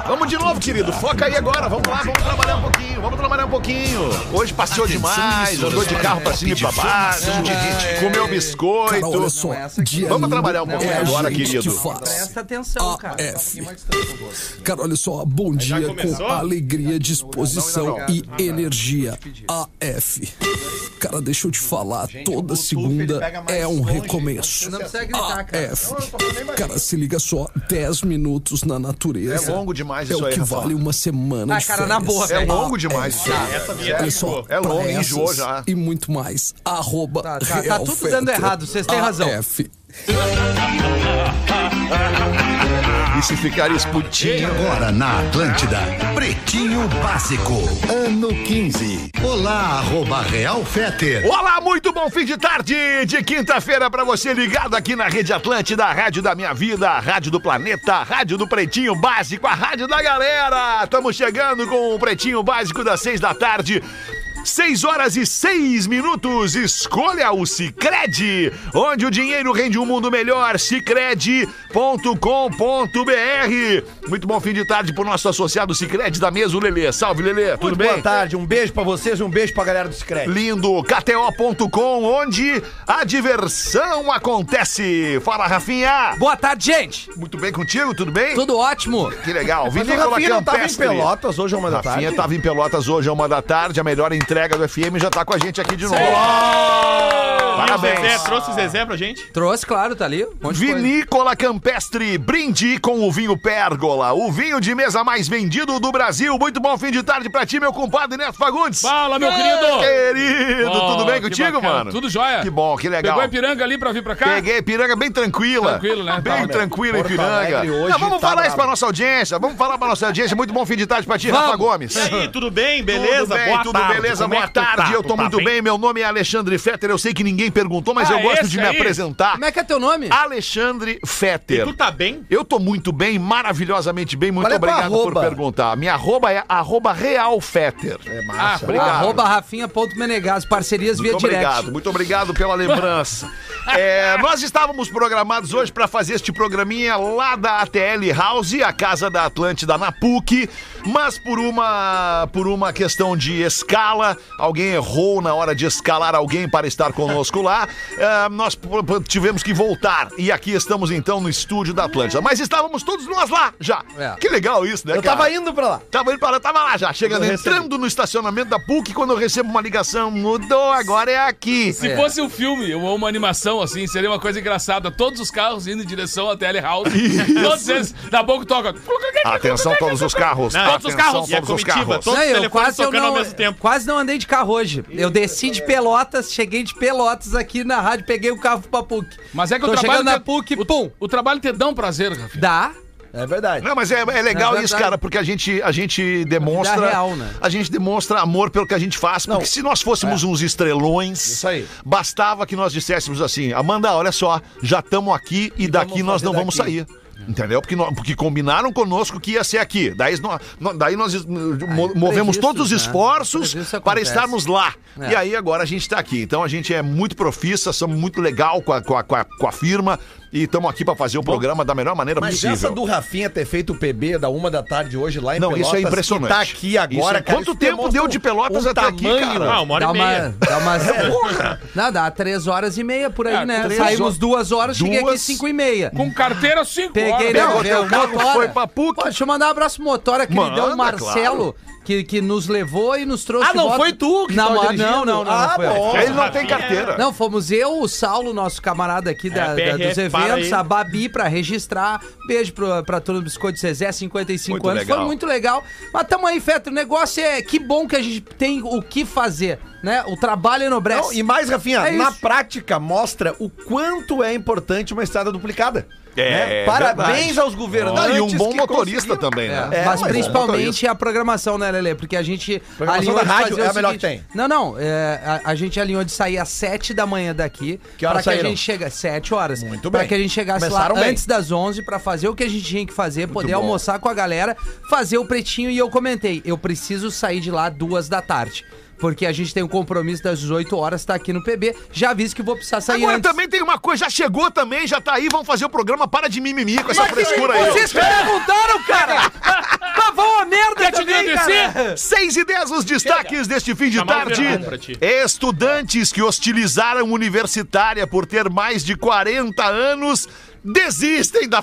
Vamos de novo, querido. Foca aí agora. Vamos lá, vamos trabalhar um pouquinho. Hoje passeou demais, andou de carro pra cima e pra baixo, comeu biscoito. Cara, olha só, Vamos trabalhar um pouquinho agora, querido. Presta atenção, cara. Cara, olha só, bom dia com alegria, disposição e energia. AF. Cara, deixa eu te falar, toda segunda é um recomeço. Não precisa gritar, cara. AF. Cara, se liga só, 10 minutos na natureza. É longo demais É isso o aí, que Rafa. vale uma semana de cara, na férias. boa, É velho. longo demais isso aí. Olha só, É longo, pra enjoou essas já. E muito mais. Arroba Tá Real tudo Fetter. dando errado, vocês têm razão. AF. E se ficar esputinho... Agora na Atlântida, Pretinho Básico, ano 15. Olá, @Real Fetter. Olá, muito bom fim de tarde de quinta-feira pra você ligado aqui na Rede Atlântida, a rádio da minha vida, a rádio do planeta, a rádio do Pretinho Básico, a rádio da galera. Estamos chegando com o Pretinho Básico das 6 da tarde. 6 horas e 6 minutos. Escolha o Sicredi, onde o dinheiro rende um mundo melhor. Sicredi.com.br. Muito bom fim de tarde pro nosso associado Sicredi da mesa, o Lelê. Salve, Lelê. Tudo Muito bem? boa tarde, um beijo pra vocês e um beijo pra galera do Sicredi. Lindo, KTO.com, onde a diversão acontece. Fala, Rafinha. Boa tarde, gente. Muito bem contigo, tudo bem? Tudo ótimo. Que legal. Mas o Vinícola Rafinha não tava em Campestre. Pelotas hoje, 1 da tarde? Rafinha tava em Pelotas hoje, 1 da tarde. A melhor entrega do FM já tá com a gente aqui de novo. Parabéns. Zezé, trouxe o Zezé pra gente? Trouxe, claro, tá ali. Um monte de coisa. Vinícola Campestre, brinde com o vinho Pérgola, o vinho de mesa mais vendido do Brasil. Muito bom fim de tarde pra ti, meu compadre Neto Fagundes. Fala, meu querido! Querido, tudo bem que contigo, bacana. mano? Tudo jóia. Que bom, que legal. Pegou a Ipiranga ali pra vir pra cá? Peguei Piranga bem tranquila. Tranquilo, né? Bem Tá, tranquila em Porto Piranga. Alegre hoje Não, vamos tá falar isso bravo. pra nossa audiência. Vamos falar pra nossa audiência. Muito bom fim de tarde pra ti, Rafa Gomes. E aí, tudo bem? Beleza? Tudo bem, Boa tudo tarde. beleza, Como é boa que tu tá? tarde. Eu Tu tô tá muito bem. Meu nome é Alexandre Fetter. Eu sei que ninguém perguntou, mas Ah, eu gosto esse de me aí? apresentar. Como é que é teu nome? Alexandre Fetter. E tu tá bem? Eu tô muito bem, maravilhosamente bem. Muito Qual é tua obrigado por arroba? perguntar. Minha arroba é @RealFetter. É massa. Obrigado. @Rafinha.menegas, parcerias via direct. Muito obrigado pela lembrança. Nós estávamos programados hoje para fazer este programinha lá da ATL House, a casa da Atlântida na PUC, mas por uma questão de escala, alguém errou na hora de escalar alguém para estar conosco lá, nós tivemos que voltar. E aqui estamos então no estúdio da Atlântida. Mas estávamos todos nós lá já. É. Que legal isso, né, Eu cara? tava indo pra lá. Tava lá já, chegando, Eu recebi. entrando no estacionamento da PUC, quando eu recebo uma ligação, mudou, agora é aqui. Se fosse um filme ou uma animação, assim, seria uma coisa engraçada. Todos os carros indo em direção à Telehouse. Todos eles, da boca toca. Atenção todos os carros. Não, todos os carros. E a Todos os comitiva, carros. todos os telefones tocando ao mesmo tempo. Quase não andei de carro hoje. Eu desci de Pelotas, cheguei de Pelotas aqui na rádio, peguei o carro pra PUC. Mas é que Tô o trabalho... chegando na PUC, pum. O trabalho te dá um prazer, Rafinha. Dá. É verdade. Não, mas é legal Na isso, verdade, cara, porque a gente demonstra. vida real, né? A gente demonstra amor pelo que a gente faz. Porque se nós fôssemos uns estrelões, Isso aí. bastava que nós disséssemos assim: Amanda, olha só, já estamos aqui e daqui vamos nós fazer não vamos daqui. sair. Entendeu? Porque combinaram conosco que ia ser aqui. Daí nós movemos imprevistos, todos os né? esforços Imprevisto para acontece. estarmos lá. É. E aí agora a gente está aqui. Então a gente é muito profissa, somos muito legal com a firma e estamos aqui para fazer o programa da melhor maneira Mas possível. essa do Rafinha ter feito o PB da 1 da tarde hoje lá em Não, Pelotas, isso é impressionante. que tá aqui agora, Isso é- cara. Quanto isso tempo demonstra deu de Pelotas até aqui, tamanho, cara? Ah, 1h30. Dá umas... Não, dá 3h30 por aí, né? 3 Saímos horas. 2 horas, cheguei aqui 2. 5h30. Com carteira 5 Peguei, horas. né? Pegou teu o carro, Motora. foi pra PUC. Pô, deixa eu mandar um abraço pro Motora, queridão Manda, Marcelo, que nos levou e nos trouxe Ah, de não volta. foi tu que tava dirigindo? Não, Ah, foi eu. bom. Ele não tem carteira. Não, fomos eu, o Saulo, nosso camarada aqui dos PRF, para eventos, aí. a Babi pra registrar. Beijo pra turma do Biscoito Zezé, 55 Muito anos. legal. Foi muito legal. Mas tamo aí, Fetter. O negócio é que bom que a gente tem o que fazer, né? O trabalho enobrece. Não, e mais, Rafinha, É na isso. prática mostra o quanto é importante uma estrada duplicada. É, Parabéns verdade. aos governantes. E um bom que motorista conseguiram. também, né? É, mas mas principalmente a programação, né, Lelê? Porque a gente Programação alinhou da de rádio fazer é o a melhor seguinte- que tem. Não, a gente alinhou de sair às 7 da manhã daqui. Que horas pra que a saíram? gente chegasse 7 horas. Muito Pra bem. que a gente chegasse Começaram lá bem. antes das 11 pra fazer o que a gente tinha que fazer, poder bom. almoçar com a galera, fazer o pretinho. E eu comentei, eu preciso sair de lá 2 da tarde. Porque a gente tem um compromisso das 18 horas, tá aqui no PB. Já aviso que vou precisar sair Agora antes. também tem uma coisa, já chegou também, já tá aí, vamos fazer o programa, para de mimimi com essa frescura aí. Vocês perguntaram, cara! 6h10, os destaques deste fim de Chamar o tarde. Fernando pra ti. Estudantes que hostilizaram universitária por ter mais de 40 anos desistem da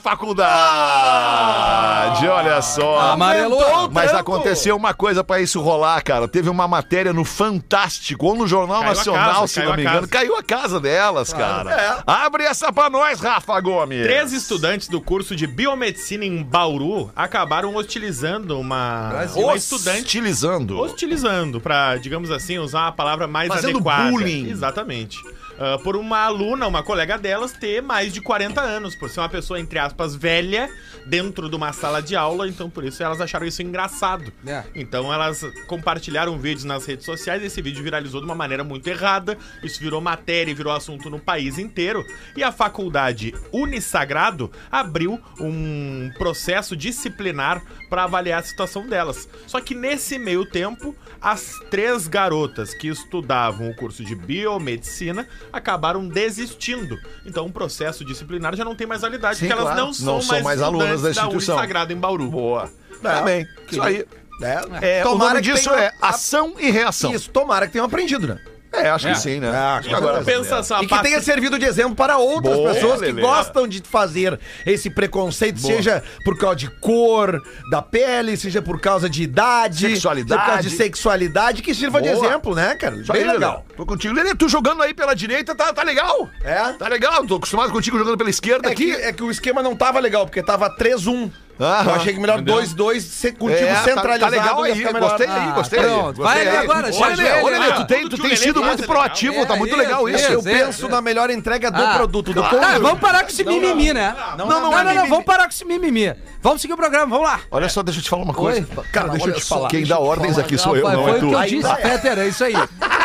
faculdade. Olha só. Amarelou. Mas aconteceu uma coisa pra isso rolar, cara. Teve uma matéria no Fantástico ou no Jornal Caiu a Nacional, casa, se caiu não a me engano. casa. Caiu a casa delas, cara. Abre essa pra nós, Rafa Gomes. 3 estudantes do curso de biomedicina em Bauru acabaram hostilizando uma estudante. Hostilizando, pra, digamos assim, usar uma palavra mais Fazendo adequada. bullying. Exatamente. Por uma aluna, uma colega delas, ter mais de 40 anos, por ser uma pessoa, entre aspas, velha, dentro de uma sala de aula, então por isso elas acharam isso engraçado. É. Então elas compartilharam vídeos nas redes sociais, esse vídeo viralizou de uma maneira muito errada, isso virou matéria e virou assunto no país inteiro, e a faculdade Unisagrado abriu um processo disciplinar para avaliar a situação delas. Só que nesse meio tempo, as 3 garotas que estudavam o curso de biomedicina acabaram desistindo. Então o processo disciplinar já não tem mais validade, Sim, porque elas claro. não são mais alunas da estudantes da instituição. Unisagrado em Bauru. Boa. Tá bem. Isso aí. É, O tomara nome que disso tenham- é ação e reação. Isso, tomara que tenham aprendido, né? Acho que sim, né? Acho que agora Pensa só, E que tenha servido de exemplo para outras Boa, pessoas que Lelê. gostam de fazer esse preconceito, seja por causa de cor da pele, seja por causa de idade, Sexualidade. seja por causa de sexualidade, que sirva de Boa. exemplo, né, cara? Isso aí, Bem legal. Lelê. Tô contigo. Lelê, tu jogando aí pela direita, tá legal. É? Tá legal. Tô acostumado contigo jogando pela esquerda aqui. É que o esquema não tava legal, porque tava 3-1. Aham. Eu achei que melhor 2-2 contigo centralizado. Tá legal ia aí. ficar melhor. Gostei aí, gostei. pronto. Vai Gostei ali aí. agora, Ô, chega Lelê, ele, ô, Lelê, né? tu tem Tudo que o sido Lelê muito faz é proativo, legal. tá muito É, legal isso. Eu penso na melhor entrega do produto, do Tá, conteúdo. vamos parar com esse mimimi, né? Não, vamos parar com esse mimimi. Vamos seguir o programa, vamos lá. Olha só, deixa eu te falar uma coisa. Oi? Cara, deixa eu te falar. Quem dá ordens aqui sou Foi eu, não é o que tu. eu disse, Peter, é isso aí.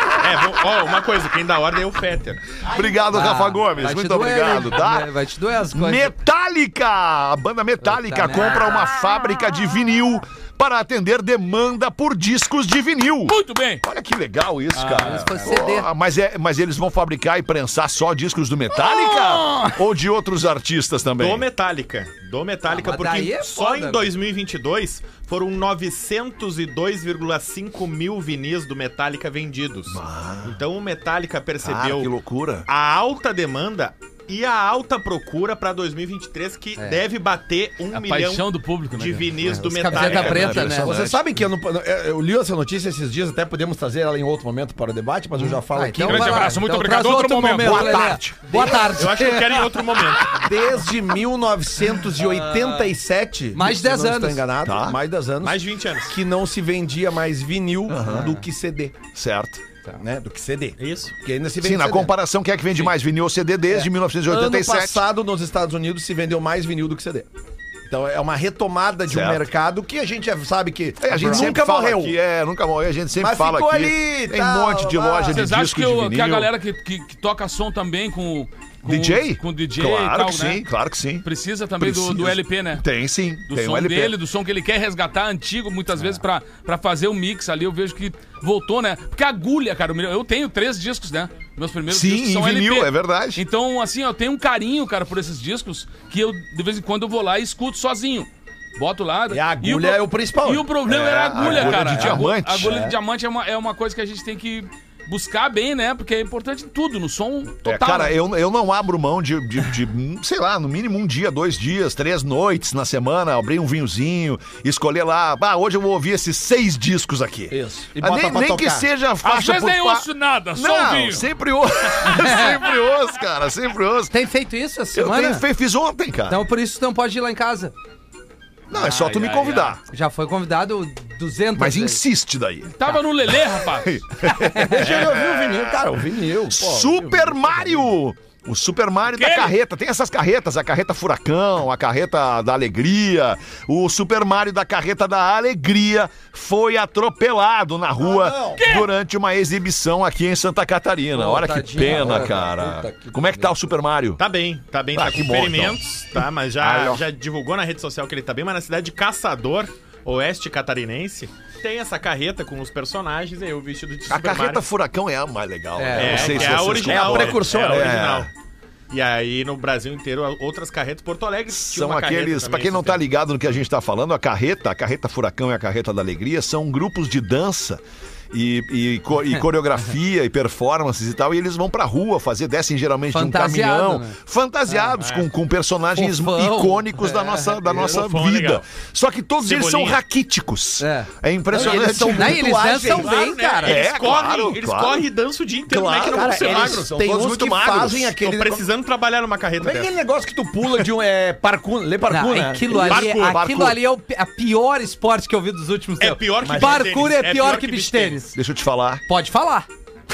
Uma coisa, quem dá ordem é o Fetter. Obrigado, Rafa Gomes. Vai te Muito doer, obrigado, hein? tá? Vai te doer as coisas. Metallica! A banda Metallica Puta compra uma fábrica de vinil para atender demanda por discos de vinil. Muito bem. Olha que legal isso, cara. isso foi CD. Pô, mas eles vão fabricar e prensar só discos do Metallica? Ou de outros artistas também? Do Metallica, mas porque daí é só foda, em né? 2022 foram 902,5 mil vinis do Metallica vendidos. Então o Metallica percebeu que loucura. a alta demanda e a alta procura pra 2023, que deve bater 1 A milhão paixão do público, né? de cara? vinis do Os Metallica. camiseta preta, né? Vocês sabem que eu li essa notícia esses dias, até podemos trazer ela em outro momento para o debate, mas eu já falo aqui. Grande vai lá. abraço, muito Traz obrigado. Outro momento. Boa Lelê. tarde. Boa tarde. Eu acho que eu quero em outro momento. Desde 1987, Mais de se eu 10 não estou anos. enganado, Tá. mais de 10 anos, Mais de 20 anos. que não se vendia mais vinil do que CD, Certo. né? Do que CD. Isso. Porque ainda se vende Sim, na CD. comparação, quem é que vende mais vinil ou CD desde Ano 1987? passado, nos Estados Unidos, se vendeu mais vinil do que CD. Então é uma retomada de um Certo. mercado que a gente já sabe que A gente sempre nunca fala morreu. aqui, nunca morreu, a gente sempre Mas fala ficou aqui. ali, Tem tal, um monte de loja de Vocês acham disco que, de vinil. que a galera que toca som também com DJ? Com DJ Claro e tal, que né? sim, claro que sim. Precisa também do Precisa. LP, né? Tem sim, Do tem som um LP. dele, do som que ele quer resgatar antigo, muitas vezes pra fazer o mix ali. Eu vejo que voltou, né? Porque a agulha, cara, eu tenho 3 discos, né? Meus primeiros Sim, discos em são vinil, LP. é verdade. Então, assim, eu tenho um carinho, cara, por esses discos que eu, de vez em quando, eu vou lá e escuto sozinho. Boto lá. E a agulha é o principal. E o problema era a agulha, agulha cara. de diamante. A agulha de diamante é uma coisa que a gente tem que buscar bem, né? Porque é importante em tudo, no som total. Cara, né? eu não abro mão de, sei lá, no mínimo 1 dia, 2 dias, 3 noites na semana, abrir um vinhozinho, escolher lá, hoje eu vou ouvir esses 6 discos aqui. Isso. E Ah, bota pra nem tocar. que seja Às faixa vezes por nem ouço nada, só o Não, vinho. sempre ouço. Sempre ouço, cara, sempre ouço. Tem feito isso essa Eu semana? fiz ontem, cara. Então por isso tu não pode ir lá em casa. Não, é só tu me convidar. Já foi convidado 200 Mas vezes. insiste daí. Tava no Lelê, rapaz. Deixa eu ouvir o vinil, cara, o vinil. Pô, Super Mario! O Super Mario da Que? carreta. Tem essas carretas, a carreta Furacão, a carreta da Alegria. O Super Mario da carreta da Alegria foi atropelado na rua durante uma exibição aqui em Santa Catarina. Pô, Olha que tadinho, pena, cara. cara. Como é que tá o Super Mario? Tá bem, tá Ah, com que bom, experimentos, tá? Mas já divulgou na rede social que ele tá bem, mas na cidade de Caçador, oeste catarinense, tem essa carreta com os personagens e aí o vestido de A Super carreta Mario. Furacão é a mais legal. É, né? Não sei que se é a vocês original. concordam. precursora. É a original. E aí, no Brasil inteiro, outras carretas, Porto Alegre tinha São uma carreta aqueles, também, pra quem não esse tá tempo. ligado no que a gente tá falando, a carreta Furacão e a carreta da Alegria são grupos de dança e coreografia e performances e tal, e eles vão pra rua fazer, descem geralmente de um Fantasiado, caminhão, né? fantasiados com personagens Fofão. icônicos da nossa Fofão é vida. legal. Só que todos eles são Cebolinha. raquíticos. É. É impressionante. Eles dançam bem, né? cara. Eles É, correm, claro, eles claro. correm e dançam o dia inteiro, Claro, não é que não Cara, vão ser eles magros. são Tem todos uns muito que magros. fazem Estão aquele... precisando trabalhar numa carreta Como é dessa. aquele negócio que tu pula de um... parkour, lê parkour, Não, né? aquilo ali é a pior esporte que eu vi dos últimos É tempos. pior que Parkour beach é pior que beach tênis. Deixa eu te falar. Pode falar.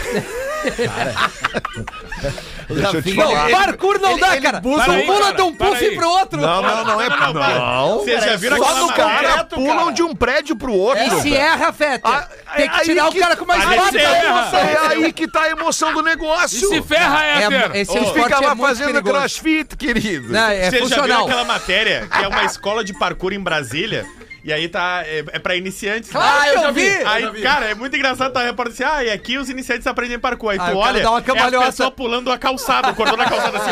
Deixa eu te Não, falar. parkour não dá, cara. Para Tu aí, pula cara, de um para puff aí. pro outro. Não é não. Vocês já viram Só aquela no matéria? cara pulam de um prédio pro outro. E se erra, Fetter. Ah, Tem que aí tirar o que- cara com mais aí forte. se erra. É aí que tá a emoção do E negócio. se ferra, Éter? Esse Tu esporte fica lá é muito fazendo perigoso. crossfit, querido. Não, é Vocês já viram funcional. aquela matéria que é uma escola de parkour em Brasília? E aí tá. É pra iniciantes. Claro que eu vi. Aí, cara, é muito engraçado, tá repórter assim, e aqui os iniciantes aprendem parkour. Aí Ah, tu o cara olha, dá uma é cambalhota. a pessoa pulando a calçada, o cordão da calçada assim,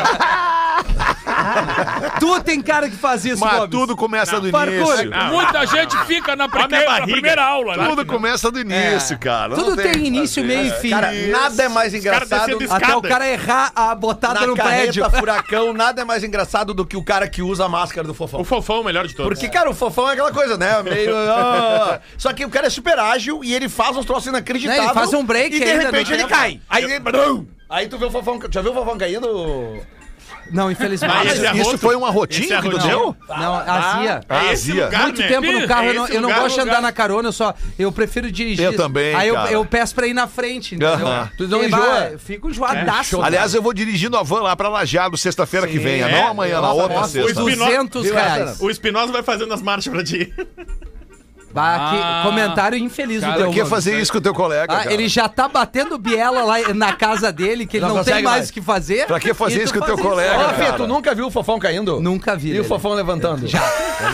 ó. Tu tem cara que faz isso, Mas Bob. tudo começa do Parkour. início. Muita gente fica na barriga. primeira aula, né? Tudo começa do início, cara. Tudo Não tem que início, fazer. meio e fim. Cara, nada é mais engraçado... descendo escada. Até o cara errar a botada Na no prédio. carreta furacão, nada é mais engraçado do que o cara que usa a máscara do Fofão. O Fofão é o melhor de todos. Porque, cara, o Fofão é aquela coisa, né? Meio... Só que o cara é super ágil e ele faz uns troços inacreditáveis. Ele faz um break e de ainda, repente né? ele cai. Aí tu vê o Fofão... Já viu o Fofão caindo? Não, infelizmente. Ah, esse é Isso arroto. foi um Esse arrotinho é que tu arrotinho. deu? Não, azia. É esse Azia. lugar, Muito né? tempo no carro, É eu não, esse eu não lugar, gosto de lugar. andar na carona, eu prefiro dirigir. Eu também, Aí cara. eu peço pra ir na frente, entendeu? Aham. Tu não E, enjoa? bah, eu fico enjoadaço. Aliás, eu vou dirigindo a van lá pra Lajeado sexta-feira que vem. é. Não amanhã, na outra Nossa, sexta. o Espino- 200 Viu, reais. O Espinosa vai fazendo as marchas pra ti. Bah, que comentário infeliz Cara, do Pra teu que Gomes. fazer isso com o teu colega, Ah, cara? ele já tá batendo biela lá na casa dele, que ele Não não tem consegue mais mais. o que fazer. Pra que fazer E isso tu com o teu faz isso. colega, Ó, cara? Fê, tu nunca viu o Fofão caindo? Nunca vi. E o Lelê. Fofão levantando? Já.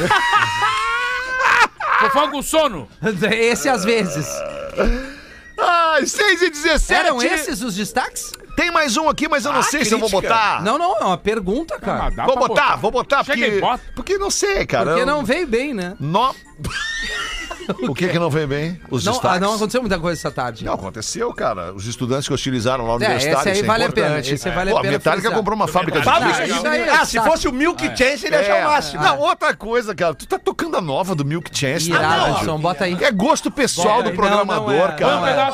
Fofão com sono. Esse às vezes. Ai, 6h17. Eram esses os destaques? Tem mais um aqui, mas eu não sei se eu vou crítica. botar. Não, é uma pergunta, cara. Mas dá Vou pra botar Chega porque... e bota. Porque não sei, cara. Porque Eu- não veio bem, né? O que não veio bem? Os destaques? Não aconteceu muita coisa essa tarde. Não, aconteceu, cara. Os estudantes que hostilizaram lá no É, universitário, esse aí isso é vale a pena, importante. esse vale a Pô, pena Metallica frisar. comprou uma fábrica de Fábrica discos. isso aí é Ah, se saco. fosse o Milk Chance, ele ia achar o máximo. Não, outra coisa, cara. Tu tá tocando a nova do Milk Chance, né, Irado, rádio? Edson, bota aí. É gosto pessoal Bota do aí. programador, Não, não é. cara. Não é.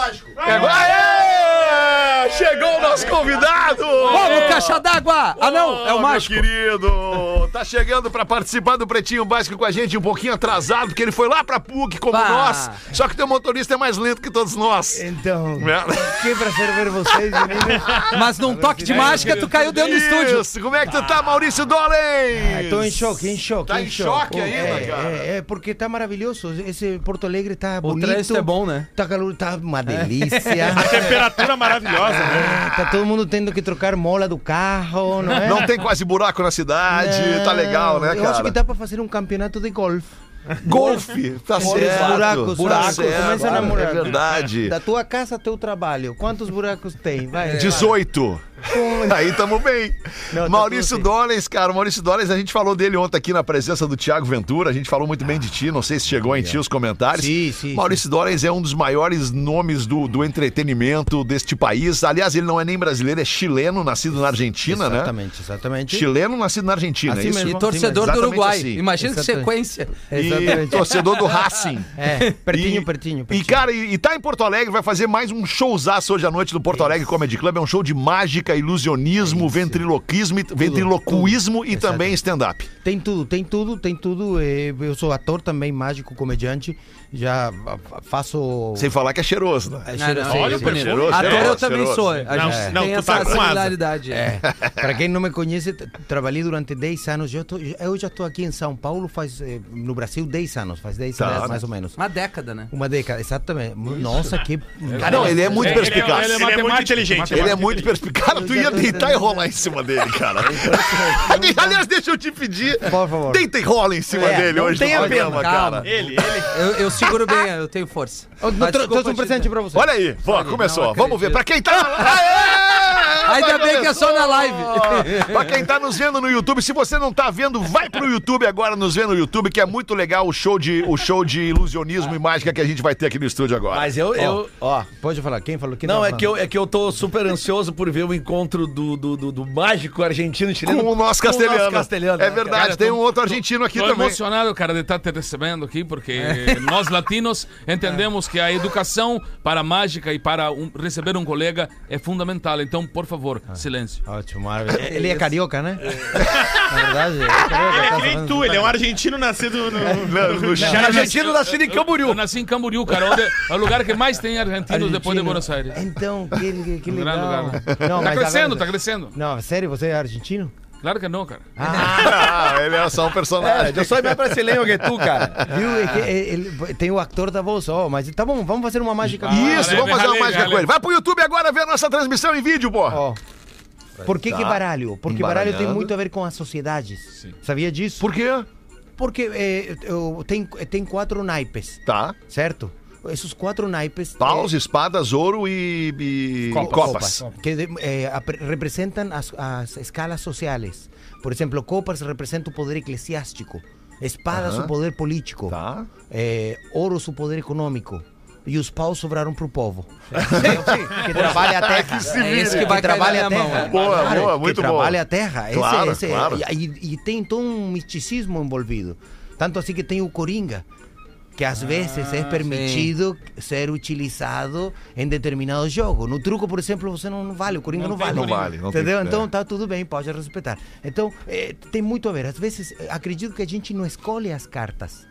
Aê! Chegou o nosso convidado! Vamos, caixa d'água! Ah, não, é o Ô, mágico. Meu querido, tá chegando pra participar do Pretinho Básico com a gente um pouquinho atrasado, porque ele foi lá pra PUC como Bah. nós, só que teu motorista é mais lento que todos nós. Então, Né? que prazer ver vocês, meninos. Mas num toque de mágica, tu caiu dentro do estúdio. Isso, como é que tu tá, Maurício Dolen? Tô em choque. Tá em choque ainda, cara? É, porque tá maravilhoso. Esse Porto Alegre tá O bonito. trânsito é bom, né? Tá calor, tá uma delícia. A temperatura maravilhosa, né? Tá todo mundo tendo que trocar mola do carro, não é? Não tem quase buraco na cidade, tá legal, né, Eu acho que cara? dá pra fazer um campeonato de golfe. Golfe, tá certo. buracos, Tá certo, começa a namorar. é verdade. Da tua casa ao teu trabalho, quantos buracos tem? Vai. 18. Aí tamo bem. Não, tá Maurício tudo bem. Dolens, cara, Maurício Dolens, a gente falou dele ontem aqui na presença do Thiago Ventura, a gente falou muito bem de ti, não sei se chegou em ti os comentários. Sim. Maurício Dolens é um dos maiores nomes do entretenimento deste país. Aliás, ele não é nem brasileiro, é chileno, nascido na Argentina, né? Exatamente. Chileno, nascido na Argentina, Assim é isso? mesmo. E torcedor do exatamente Uruguai. assim. Imagina que Exatamente. sequência. E torcedor do Racing. É, pertinho. E, cara, e tá em Porto Alegre, vai fazer mais um showzaço hoje à noite no Porto Alegre Comedy Club. É um show de mágica, ilusionismo, ventriloquismo e também stand-up. Tem tudo. Eu sou ator também, mágico, comediante. Já faço. Sem falar que é cheiroso, né? É, Não, olha o sim, perfume. cheiroso, Ator eu cheiroso, também cheiroso. sou. A Não, gente não, tem tu essa tá com asa. similaridade. Para quem não me conhece, trabalhei durante 10 anos. Eu já estou aqui em São Paulo, no Brasil, 10 anos. Faz 10 anos, mais ou menos. Uma década, né? Uma década, exatamente. Nossa, que. Não, ele é muito perspicaz. ele é muito matemático, inteligente. Ele é muito perspicaz. Cara, tu ia deitar e rolar em cima dele, cara. Aliás, deixa eu te pedir. Por favor. Deita e rola em cima dele não hoje tenha no programa, pena, cara. Ele. Eu seguro bem, eu tenho força. Mas Trouxe desculpa um te presente dizer. pra você. Olha aí, pô, Olha, começou. não Vamos ver. acredito. Pra quem tá. Aê! Ainda bem que é só na live. Pra quem tá nos vendo no YouTube, se você não tá vendo, vai pro YouTube agora, nos vê no YouTube, que é muito legal o show de ilusionismo e mágica que a gente vai ter aqui no estúdio agora. Mas ó. Pode falar, quem falou? Quem Não, tava falando? é que eu tô super ansioso por ver o encontro do mágico argentino e chileno. Com o nosso castelhano. É verdade, Cara, tem um outro argentino aqui Tô também. emocionado, cara, de estar te recebendo aqui, porque nós latinos entendemos que a educação para a mágica e para receber um colega é fundamental. Então, por favor, silêncio. Ótimo, maravilha. Ele é carioca, né? Na verdade, ele é carioca. Ele é tá que nem falando- tu, ele é um argentino nascido no Argentino nascido em Camboriú. Eu nasci em Camboriú, cara, onde é o lugar que mais tem argentinos depois de Argentino. Buenos Aires. Então, que Um legal. grande lugar. Não, Tá mas crescendo, agora- tá crescendo. Não, sério, você é argentino? Claro que não, cara. Ele é só um personagem. Eu sou mais brasileiro que tu, cara. Viu? É que ele tem o ator da voz, mas tá bom, vamos fazer uma mágica. Isso, vamos fazer uma Ralei, mágica com ralei. ele. Vai pro YouTube agora ver a nossa transmissão em vídeo, pô. Ó. Por que baralho? Porque baralho tem Embaralhando. muito a ver com as sociedades. Sabia disso? Por quê? Porque tem 4 naipes, Tá. certo? Esses 4 naipes... Paus, espadas, ouro e copas. Que representam as escalas sociais. Por exemplo, copas representam o poder eclesiástico, espadas o poder político, Tá. ouro o poder econômico. E os paus sobraram pro povo. Que trabalha a terra. É esse que vai cair na trabalha a minha terra. mão. Boa, Claro, boa, muito que boa. trabalha a terra. Claro, Esse, claro. E tem todo um misticismo envolvido. Tanto assim que tem o coringa, que às vezes é permitido ser utilizado em determinado jogo. No truco, por exemplo, você não vale, o coringa não tem vale. Não vale, não tem- Entendeu? Então é. tá tudo bem, pode respeitar. Então, tem muito a ver. Às vezes, acredito que a gente não escolhe as cartas.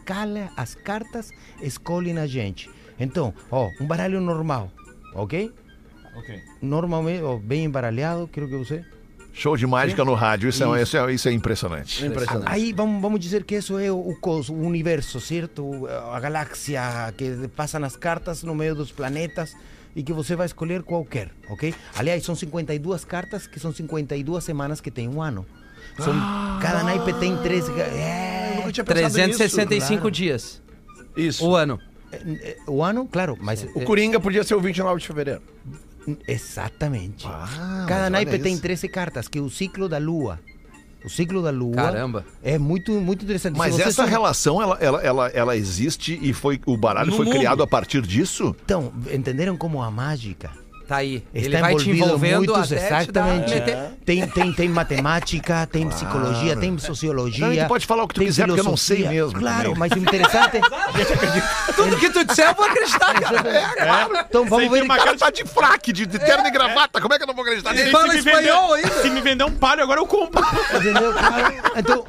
As cartas escolhem a gente. Então, um baralho normal, ok? Ok. Normalmente, bem embaralhado, quero que você... Show de mágica no rádio, isso é impressionante. Aí vamos dizer que isso é o cosmos, o universo, certo? A galáxia que passa nas cartas no meio dos planetas e que você vai escolher qualquer, ok? Aliás, são 52 cartas, que são 52 semanas que tem um ano. Cada naipe tem 3... Nunca tinha pensado 365 claro. dias. Isso. O ano. O ano, claro, mas... O Coringa podia ser o 29 de fevereiro. Exatamente. mas Cada olha naipe tem isso. 13 cartas, que é o ciclo da lua. O ciclo da lua Caramba. é muito interessante. Mas Se você essa só- relação, ela existe e o baralho No foi mundo. criado a partir disso? Então, entenderam como a mágica Tá aí. está Ele vai te envolvido envolvendo muitos, até te dar- exatamente. Tem matemática, tem psicologia, tem sociologia. Não, e tu pode falar o que tu tem quiser, porque eu não sei filosofia. mesmo Claro, também. mas o interessante... Tudo que tu disser, eu vou acreditar, cara. Então vamos ver... O cara tá de fraque, de terno e gravata, como é que eu não vou acreditar nisso? Fala espanhol ainda. Se me vender um palio, agora eu compro. Entendeu? Então,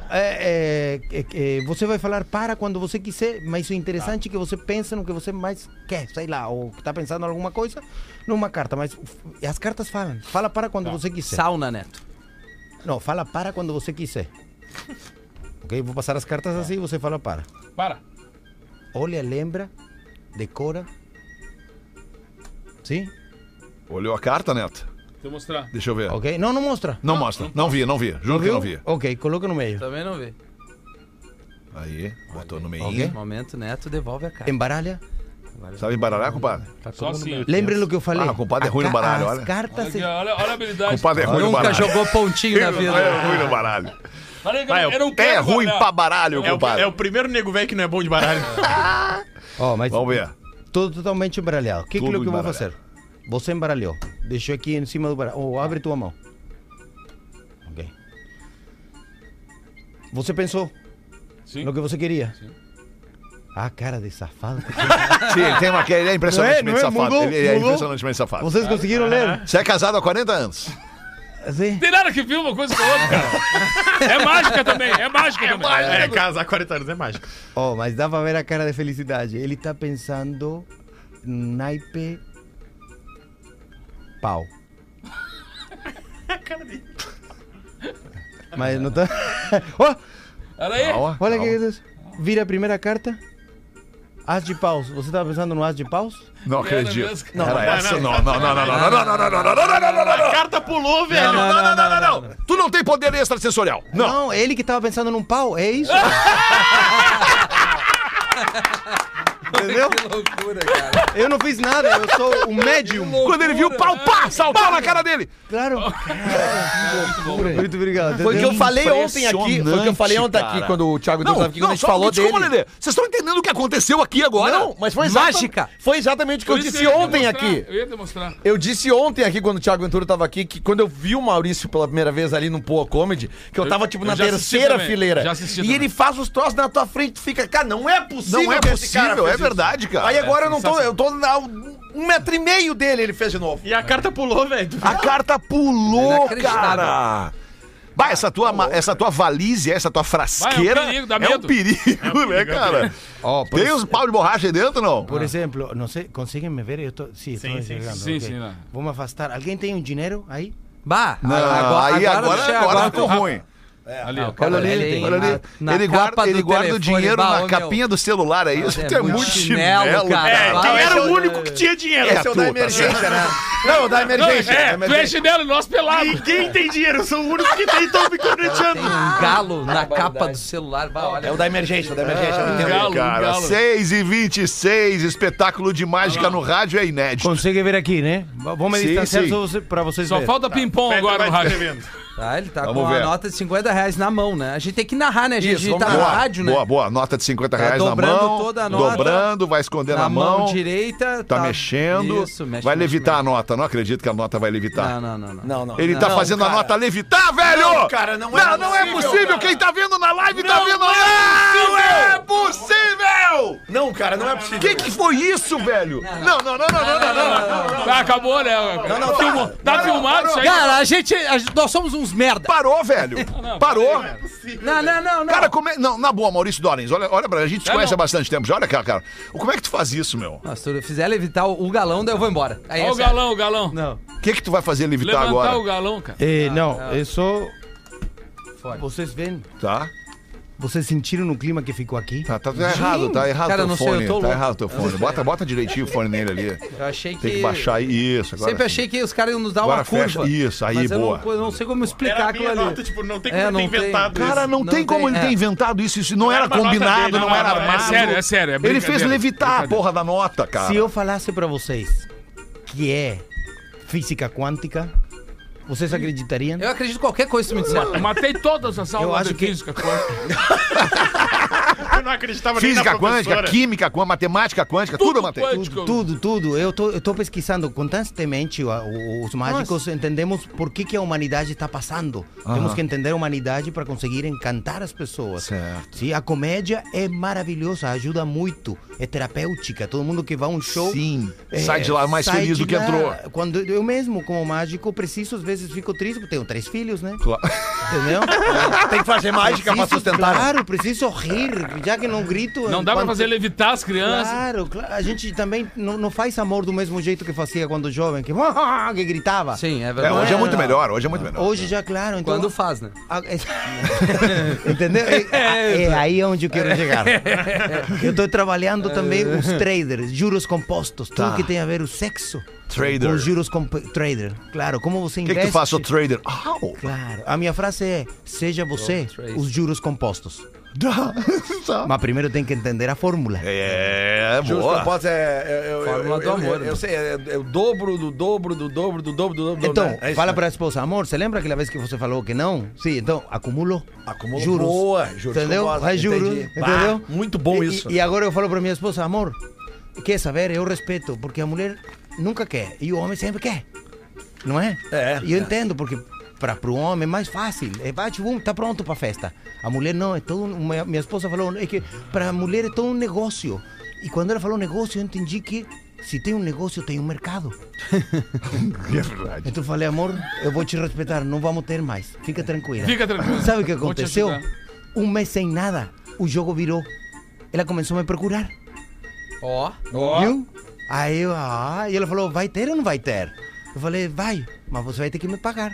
você vai falar para quando você quiser, mas o interessante é que você pensa no que você mais quer, sei lá, ou está pensando em alguma coisa, numa carta, mas as cartas falam. Fala para quando você quiser. Sauna, Neto. Não, fala para quando você quiser. Ok? Vou passar as cartas assim e você fala para. Para. Olha, lembra, decora. Sim? Olhou a carta, Neto? Deixa eu mostrar. Deixa eu ver. Ok? Não mostra. Não mostra. Não vi. Juro que não vi. Ok, coloca no meio. Também não vi. Aí, botou no meio. Ok. No momento, Neto devolve a cara. Embaralha. Sabe embaralhar, compadre? Só assim. Lembre do que eu falei. Ah, o compadre é ruim no baralho, As olha. cartas... Aqui, olha a habilidade. Compadre é ruim no Nunca baralho. jogou pontinho na vida. É ruim no baralho. Falei que Vai, eu não É quero ruim baralhar. pra baralho, compadre. É o primeiro nego velho que não é bom de baralho. Mas Vamos ver. tudo totalmente embaralhado. O que é Tudo que eu vou embaralhado. fazer? Você embaralhou. Deixou aqui em cima do baralho. Abre tua mão. Ok. Você pensou Sim. no que você queria? Sim. Ah, cara de safado. Sim, ele é impressionantemente Não é? safado. Mudou? Ele é Mudou? impressionantemente safado. Vocês conseguiram ler? Você é casado há 40 anos. Sim. Tem nada que viu uma coisa com a outra, cara. É mágica também, é mágica também. É, casar 40 anos é mágico. Mas dá pra ver a cara de felicidade. Ele tá pensando naipe pau. Mas não tá... Olha aí. Olha que é isso. Vira a primeira carta. As de paus. Você tava pensando no as de paus? Não acredito. mesmo. Era essa? Não. A carta pulou, velho. Não. Tu não tem poder extrasensorial. Não. Não, ele que tava pensando num pau. É isso? Entendeu? Que loucura, cara. Eu não fiz nada, eu sou um médium. Quando ele viu o pau, pá, saltou na cara dele. Claro. Muito obrigado. Foi o que eu falei ontem aqui. Foi o que eu falei ontem Impressionante, aqui, quando o Thiago Ventura tava aqui, quando a gente só falou desculpa, dele. Lelê. Vocês estão entendendo o que aconteceu aqui agora? Não, mas foi Mágica. Foi exatamente o que eu Por isso disse eu ia ontem demonstrar, aqui. Eu ia demonstrar. Eu disse ontem aqui, quando o Thiago Ventura tava aqui, que quando eu vi o Maurício pela primeira vez ali no Poa Comedy, que eu tava, tipo, eu na já assisti terceira também, fileira. já assisti E também. ele faz os troços na tua frente, tu fica, cara, não é possível. Não é que esse cara possível, fez é isso. verdade, cara. Aí agora eu não tô, sensacional. eu tô a 1,5 metro dele, ele fez de novo. E a carta pulou, velho. A carta pulou, Inacreditável. cara. Bah, essa tua valise, essa tua frasqueira Vai, é um perigo, dá é um medo. perigo, né, cara? Ó, por, Tem uns pau de borracha aí dentro, não? por exemplo, não sei, conseguem me ver? Eu tô, sim, estou enxergando. Sim, ok. sim, não. Vamos afastar. Alguém tem um dinheiro aí? Bah, Não, agora ficou ruim. Ali, ó. cara, Olha ali, ele olha ali. na Ele capa guarda, ele do guarda o telefone, dinheiro bah, na ô, meu. capinha do celular, é isso? Tu é muito chinelo, cara. É, Bah, quem esse era é o o- único que tinha dinheiro? Esse é o da tu, tá emergência, né? Não, o da emergência. É, da tu é chinelo e nós pelado. Ninguém tem dinheiro, eu sou o único que tem, tô me corneteando. Tem um galo na capa do celular. Bah, olha. É o da emergência, o da emergência. Um galo, Cara, um galo. 6h26, espetáculo de mágica no rádio é inédito. Consegue ver aqui, né? Vamos me Sim, distanciar sim. para vocês Só verem. falta ping-pong agora no rádio. Tá, ele tá Vamos com ver. a nota de R$50 na mão, né? A gente tem que narrar, né? A gente Isso, tá vamos no lá. rádio, né? Boa, boa. Nota de R$50 Tá na dobrando mão. toda a nota. Dobrando, vai esconder na, Na mão direita. Tá mexendo. Isso, mexe, vai mexe, levitar mexe. a nota. Não acredito que a nota vai levitar. Não. Não, não. Ele tá Não, fazendo a cara. nota levitar, velho! Não, cara, não é Não é possível, possível. cara. Quem tá vendo na live tá vendo. Não é possível! Não, cara, não é O possível. que foi isso, velho? Não. Tá, acabou, né? Não, Tá filmado isso aí? Cara, nós somos uns merda. Parou, velho. Parou. Não. Cara, não, na boa, Maurício Dorens, olha pra gente se É, conhece não. há bastante tempo. Já olha, cara. Como é que tu faz isso, meu? Nossa, se tu fizer levitar o galão, daí eu vou embora. Aí Olha é o sério. galão, o galão. Não. O que tu vai fazer levitar Levantar agora? o galão, cara. Não, eu sou... Fora. Vocês veem? Tá? Vocês sentiram no clima que ficou aqui? Tá errado, tá errado Cara, teu não sei, fone. eu tô Tá louco. errado teu fone. Bota direitinho o fone nele ali. Eu achei que... Tem que baixar isso. Agora Sempre sim. achei que os caras iam nos dar Agora uma curva. fecha. Isso, aí, mas boa. Eu não sei como Era explicar a aquilo minha ali. nota, tipo, não tem como É, ter não tem. inventado Cara, isso. não tem como ele ter inventado isso. Isso não era era uma nota combinado, dele, não era não, armado. é sério. Ele fez levitar a porra da nota, cara. Se eu falasse para vocês que é física quântica, vocês acreditariam? Eu acredito em qualquer coisa que tu me disser. Eu matei todas as aulas acho de que- física. Eu não acreditava nem Física na quântica, professora. química quântica, matemática quântica, tudo eu matei. quântico. Tudo. Eu tô pesquisando constantemente. Os mágicos entendemos por que a humanidade está passando. Temos que entender a humanidade para conseguir encantar as pessoas. Certo. Sim, a comédia é maravilhosa, ajuda muito, é terapêutica. Todo mundo que vai a um show Sim. Sai de lá mais feliz do que entrou. Quando eu mesmo, como mágico, preciso, às vezes fico triste, porque tenho 3 filhos, né? Claro. Entendeu? Tem que fazer mágica pra sustentar. Claro, preciso rir, já que não grito. Não dá pra enquanto- fazer levitar as crianças. Claro, a gente também não faz amor do mesmo jeito que fazia quando jovem, que gritava. Sim, é É, verdade. hoje é muito melhor, hoje é muito melhor. Hoje já, claro. Então, Quando faz, né? Entendeu? É aí onde eu quero chegar. Eu estou trabalhando também os traders, juros compostos, tudo que tem a ver o sexo. Trader. Com juros trader. Claro, como você O investe. que tu faz, o trader? Au! Claro. A minha frase é: seja você trade. os juros compostos. Mas primeiro tem que entender a fórmula. É, Juros boa. compostos Fórmula do amor, Eu sei, é o dobro do dobro do dobro do dobro do dobro. Então, né? É isso, fala né? para a esposa, amor, você lembra aquela vez que você falou que não? Sim, então, acumulo juros. Boa, juros Entendeu? compostos, Vai juros, entendi. entendeu? Muito bom isso. E agora eu falo para minha esposa, amor, quer saber? Eu respeito, porque a mulher nunca quer e o homem sempre quer. Não é? É, E eu entendo, porque para o homem é mais fácil. É bate, tá pronto para a festa. A mulher não, é todo. Minha esposa falou é que para a mulher é todo um negócio. E quando ela falou negócio, eu entendi que se tem um negócio, tem um mercado. É verdade. Então eu falei, amor, eu vou te respeitar, não vamos ter mais. Fica tranquila. Fica tranquilo. Sabe o que Vou te aconteceu? ajudar. Um mês sem nada, o jogo virou. Ela começou a me procurar. Ó. Viu? Aí eu, e ela falou, vai ter ou não vai ter? Eu falei, vai, mas você vai ter que me pagar.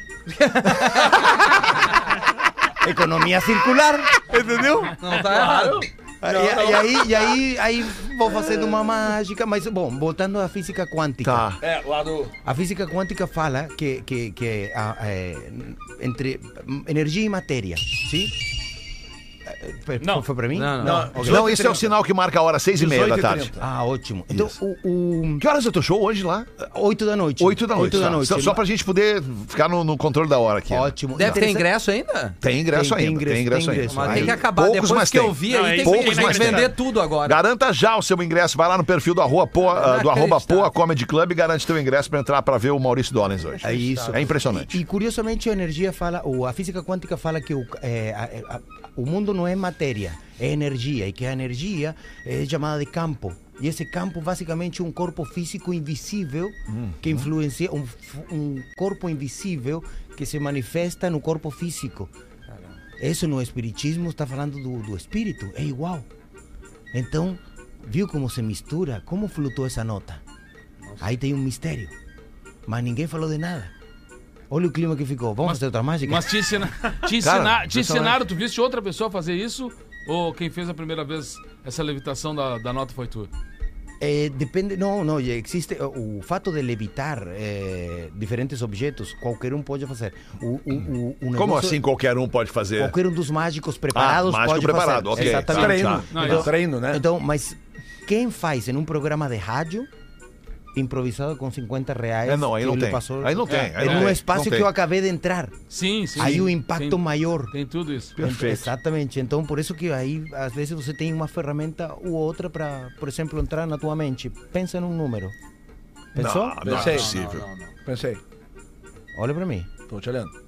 Economia circular, entendeu? Não tá errado. E aí vou fazendo uma mágica, mas bom, voltando à física quântica. Tá. É, lá do. A física quântica fala que entre energia e matéria, sim? Não. Foi pra mim? Não. Não, esse é o sinal que marca a hora, 6h30 da tarde. Ah, ótimo. Então, Que horas é o teu show hoje lá? 8 da noite. 8 da noite. 8 da tá. noite. Só pra gente poder ficar no controle da hora aqui. né? Ótimo. Deve ter ingresso ainda? Tem ingresso Tem ainda. Tem ingresso ainda. Mas Aí, tem que acabar. poucos, Depois mas que tem. eu vi Não, aí, é tem poucos, que mas vender tem. tudo agora. Garanta já o seu ingresso. Vai lá no perfil do arroba Acreditável. Poa Comedy Club e garante teu ingresso pra entrar pra ver o Maurício Dollens hoje. É isso. É impressionante. E curiosamente a energia fala, ou a física quântica fala que o mundo não é matéria, é energia, e que a energia é chamada de campo. E esse campo basicamente é um corpo físico invisível que influencia, um corpo invisível que se manifesta no corpo físico. Isso no espiritismo está falando do espírito, é igual. Então, viu como se mistura, como flutuou essa nota? Aí tem um mistério, mas ninguém falou de nada. Olha o clima que ficou. Vamos fazer outra mágica? Mas te ensinaram, tu viste outra pessoa fazer isso? Ou quem fez a primeira vez essa levitação da nota foi tu? Depende, não, existe o fato de levitar diferentes objetos, qualquer um pode fazer. O Como negócio- assim qualquer um pode fazer? Qualquer um dos mágicos preparados mágico pode preparado, fazer. ok. Exatamente. Treino. Não, Treino, né? Então, mas quem faz em um programa de rádio improvisado com R$50 Não, aí que não ele tem. passou, Aí não tem. Aí é não num tem. espaço Não que tem. eu acabei de entrar. Sim. Aí o impacto maior. Tem tudo isso. Perfeito. Exatamente. Então, por isso que aí, às vezes, você tem uma ferramenta ou outra para, por exemplo, entrar na tua mente. Pensa num número. Pensou? Não é Pensei. possível. Pensei. Olha para mim. Tô te olhando.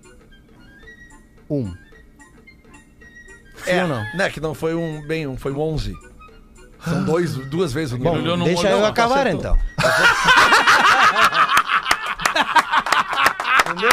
1. Sim ou não? Né, que não foi foi um 11. São duas vezes o Bom, número. olhou no deixa olho, eu não, acabar acertou. então. Entendeu?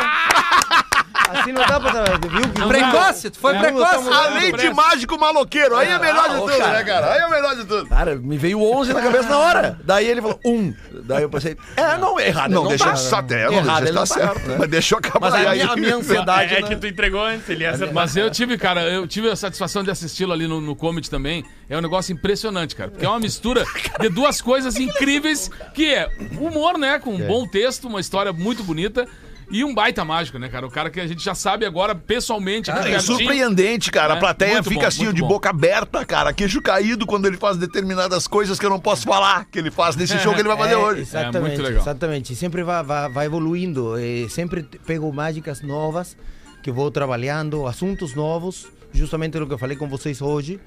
Assim não dá pra trabalhar, viu? Precoce, tu foi precoce. Além de mágico maloqueiro. Aí é melhor de tudo, cara. né, cara? Aí é melhor de tudo. Cara, me veio 11 na cabeça na hora. Daí ele falou 1. Daí eu pensei, não, errado. Não, ele deixa tá. só até, não Errado, deixa ele não estar tá. certo, né? Mas deixa eu acabar. Mas aí. a minha ansiedade... É que tu entregou antes, ele ia acertar. Mas eu tive a satisfação de assisti-lo ali no comedy também. É um negócio impressionante, cara. Porque é uma mistura de duas coisas incríveis, que é humor, né? Com um bom texto, uma história muito bonita. E um baita mágico, né, cara? O cara que a gente já sabe agora, pessoalmente, É pertinho. surpreendente, cara. A É, plateia muito fica bom, assim, muito de bom. boca aberta, cara. Queixo caído quando ele faz determinadas coisas que eu não posso falar que ele faz nesse show que ele vai fazer hoje. Exatamente, muito legal. exatamente. Sempre vai evoluindo. Sempre pego mágicas novas que vou trabalhando, assuntos novos, justamente o que eu falei com vocês hoje.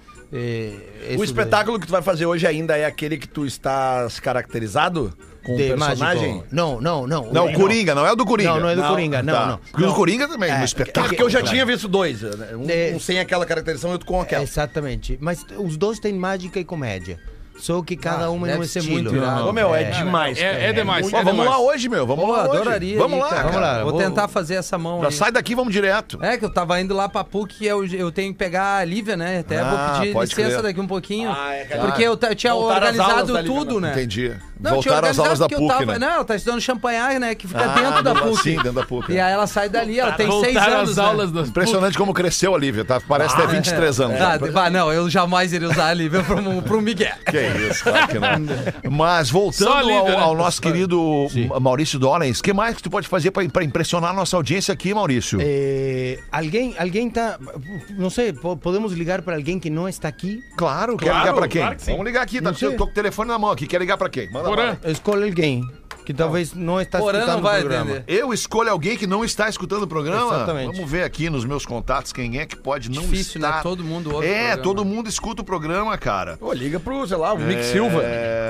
O espetáculo que tu vai fazer hoje ainda é aquele que tu estás caracterizado com o personagem? Mágico. Não. Não, o Coringa, não é o do Coringa. Não é do Não, Coringa, não, Tá. não. Porque o do Coringa também, no É espetáculo. porque eu já tinha visto dois. Um É. sem aquela caracterização e outro com aquela. Exatamente. Mas os dois têm mágica e comédia. Só que cada um é deve um ser estilo. muito irado. Ô, meu, é demais. É demais. Ó, vamos lá hoje, meu. Vamos Pô, lá hoje. adoraria. Vamos ir, lá, cara. cara. Vamos lá. Vou tentar fazer essa mão Já aí. sai daqui, vamos direto. É, que eu tava indo lá pra PUC e eu tenho que pegar a Lívia, né? Até Ah, vou pedir pode licença crer. daqui um pouquinho. claro. Porque eu tinha Voltar às aulas organizado da Lívia, tudo, não. né? Entendi. Não, tinha Voltaram às aulas da organizado porque PUC, eu tava. né? Não, ela tá estudando Champagnat, né? Que fica Ah, dentro da não, PUC. sim, dentro da PUC. E aí ela sai dali, ela tem 6 Voltaram anos. às né? aulas das Impressionante como cresceu a Lívia, tá? Parece ter 23 anos. Não, eu jamais iria usar a Lívia pro Miguel. Que isso, claro que não. Mas Só a voltando Lívia, ao né? nosso querido Maurício Dollens, o que mais que tu pode fazer pra impressionar a nossa audiência aqui, Maurício? Alguém tá. Não sei, podemos ligar para alguém que não está aqui? Claro, quer Claro, ligar pra quem? claro que sim. Vamos ligar aqui, tá? Não sei. Eu tô com o telefone na mão aqui, quer ligar pra quem? Manda Porã. bala. Escolhe alguém que talvez não está Porã escutando não vai o programa. atender. Eu escolho alguém que não está escutando o programa? Exatamente. Vamos ver aqui nos meus contatos quem é que pode não Difícil, estar. né? Todo mundo ouve o É, programa. todo mundo escuta o programa, cara. Pô, liga pro, sei lá, o Mick Silva.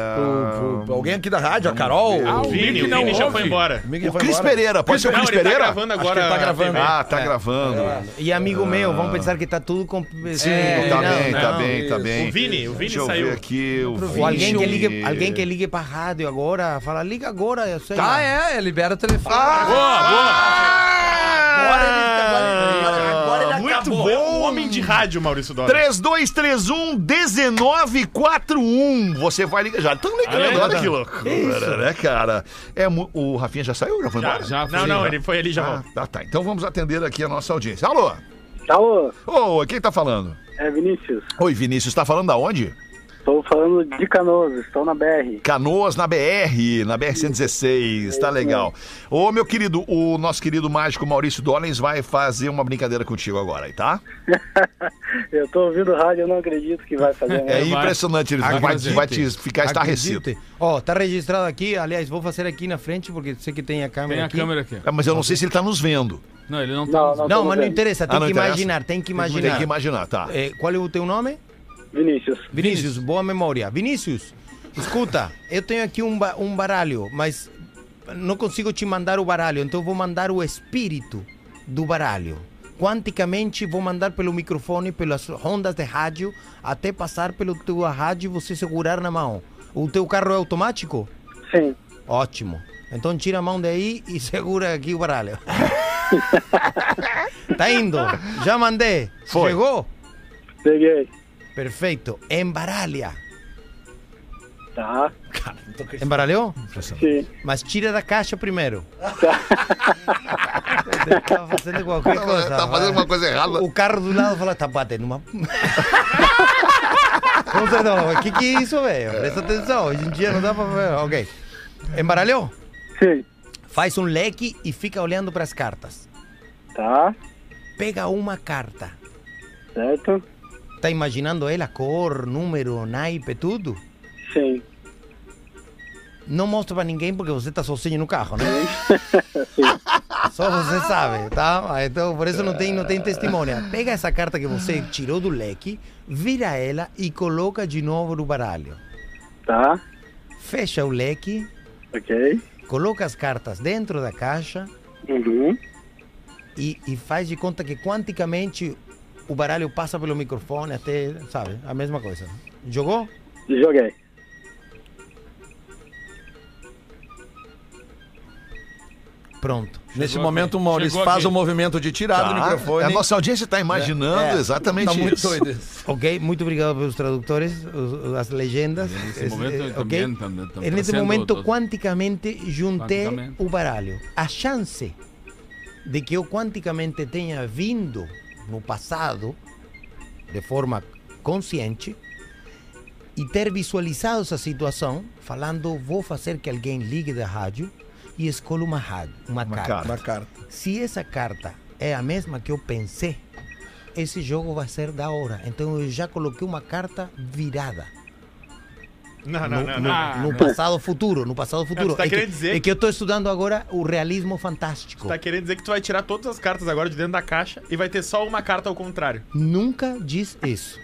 Pro alguém aqui da rádio, a Carol. O Vini já foi embora. O Cris Pereira, pode ser o Cris Ele tá Pereira? gravando Acho que agora. ele tá gravando. a TV. Ah, tá gravando. E amigo meu, vamos pensar que tá tudo com. Sim, tá não, bem, tá não. bem, tá bem. O Vini Deixa eu saiu. ver aqui. Ou alguém que ligue pra rádio agora, fala, liga agora, eu sei. lá. Libera o telefone. Agora ele muito acabou. É bom. um homem de rádio, Maurício Dollars. 3231-1941. Você vai ligar. Já estão ligando, olha que loucura, né, cara? O Rafinha já saiu? Já foi embora? Já foi. Não, ele foi ali já volta. Tá. Então vamos atender aqui a nossa audiência. Alô? Alô, Ô, quem tá falando? é Vinícius, Oi, Vinícius. Tá falando da onde? Estou falando de Canoas, estou na BR. Canoas na BR-116, tá legal. Ô, meu querido, o nosso querido mágico Maurício Dollens vai fazer uma brincadeira contigo agora aí, tá? Eu tô ouvindo rádio, eu não acredito que vai fazer. É impressionante, ele vai te ficar estarrecido. Acredite. Ó, tá registrado aqui, aliás, vou fazer aqui na frente, porque sei que tem a câmera Tem a aqui. câmera aqui. Mas eu não sei se ele tá nos vendo. Não, ele não tá. Não, mas não interessa, tem não que interessa? imaginar, tem que imaginar. Tem que imaginar, tá. Qual é o teu nome? Vinícius, boa memória. Vinícius, escuta, eu tenho aqui um baralho, mas não consigo te mandar o baralho, então eu vou mandar o espírito do baralho. Quanticamente vou mandar pelo microfone, pelas ondas de rádio, até passar pela tua rádio e você segurar na mão. O teu carro é automático? Sim. Ótimo. Então tira a mão daí e segura aqui o baralho. Tá indo. Já mandei. Foi. Chegou? Peguei. Perfeito. Embaralha. Tá. Embaralhou? Sim. Mas tira da caixa primeiro. Tá fazendo qualquer coisa. Tá fazendo uma coisa errada. O carro do lado fala, tá batendo uma... O que é isso, velho? Presta atenção. Hoje em dia não dá pra ver. Ok. Embaralhou? Sim. Faz um leque e fica olhando para as cartas. Tá. Pega uma carta. Certo. Tá imaginando ela? Cor, número, naipe, tudo? Sim. Não mostra pra ninguém porque você tá sozinho no carro, né? Sim. Só você sabe, tá? Então, por isso não tem testemunha. Pega essa carta que você tirou do leque, vira ela e coloca de novo no baralho. Tá. Fecha o leque, Ok. coloca as cartas dentro da caixa Uhum. e faz de conta que quanticamente o baralho passa pelo microfone até, sabe? A mesma coisa. Jogou? Joguei. Pronto. Nesse Chegou momento, o aqui. Maurício Chegou faz aqui. o movimento de tirar do microfone. A nossa audiência tá imaginando exatamente Tá muito isso. doido isso. Ok, muito obrigado pelos tradutores, as legendas. Nesse momento, ok? também Nesse trazendo momento, dos- quanticamente, juntei Quanticamente. o baralho. A chance de que eu quanticamente tenha vindo no passado, de forma consciente, e ter visualizado essa situação, falando, vou fazer que alguém ligue da rádio e escolha uma carta. Uma carta. Se essa carta é a mesma que eu pensei, esse jogo vai ser da hora. Então eu já coloquei uma carta virada. No passado futuro. tu tá querendo dizer É que eu estou estudando agora o realismo fantástico. Tu tá querendo dizer que tu vai tirar todas as cartas agora de dentro da caixa e vai ter só uma carta ao contrário. Nunca diz isso.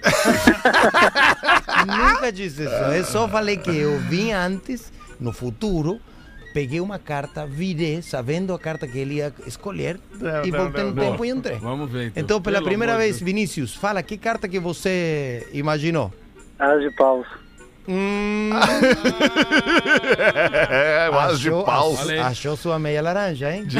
Nunca disse isso. Eu só falei que eu vim antes, no futuro, peguei uma carta, virei, sabendo a carta que ele ia escolher, e voltei no tempo e entrei. Vamos ver, então. Então, pela Pelo primeira amor de vez, Deus. Vinícius, fala que carta que você imaginou. As de paus. É, o as de paus. Olha aí. Achou sua meia laranja, hein?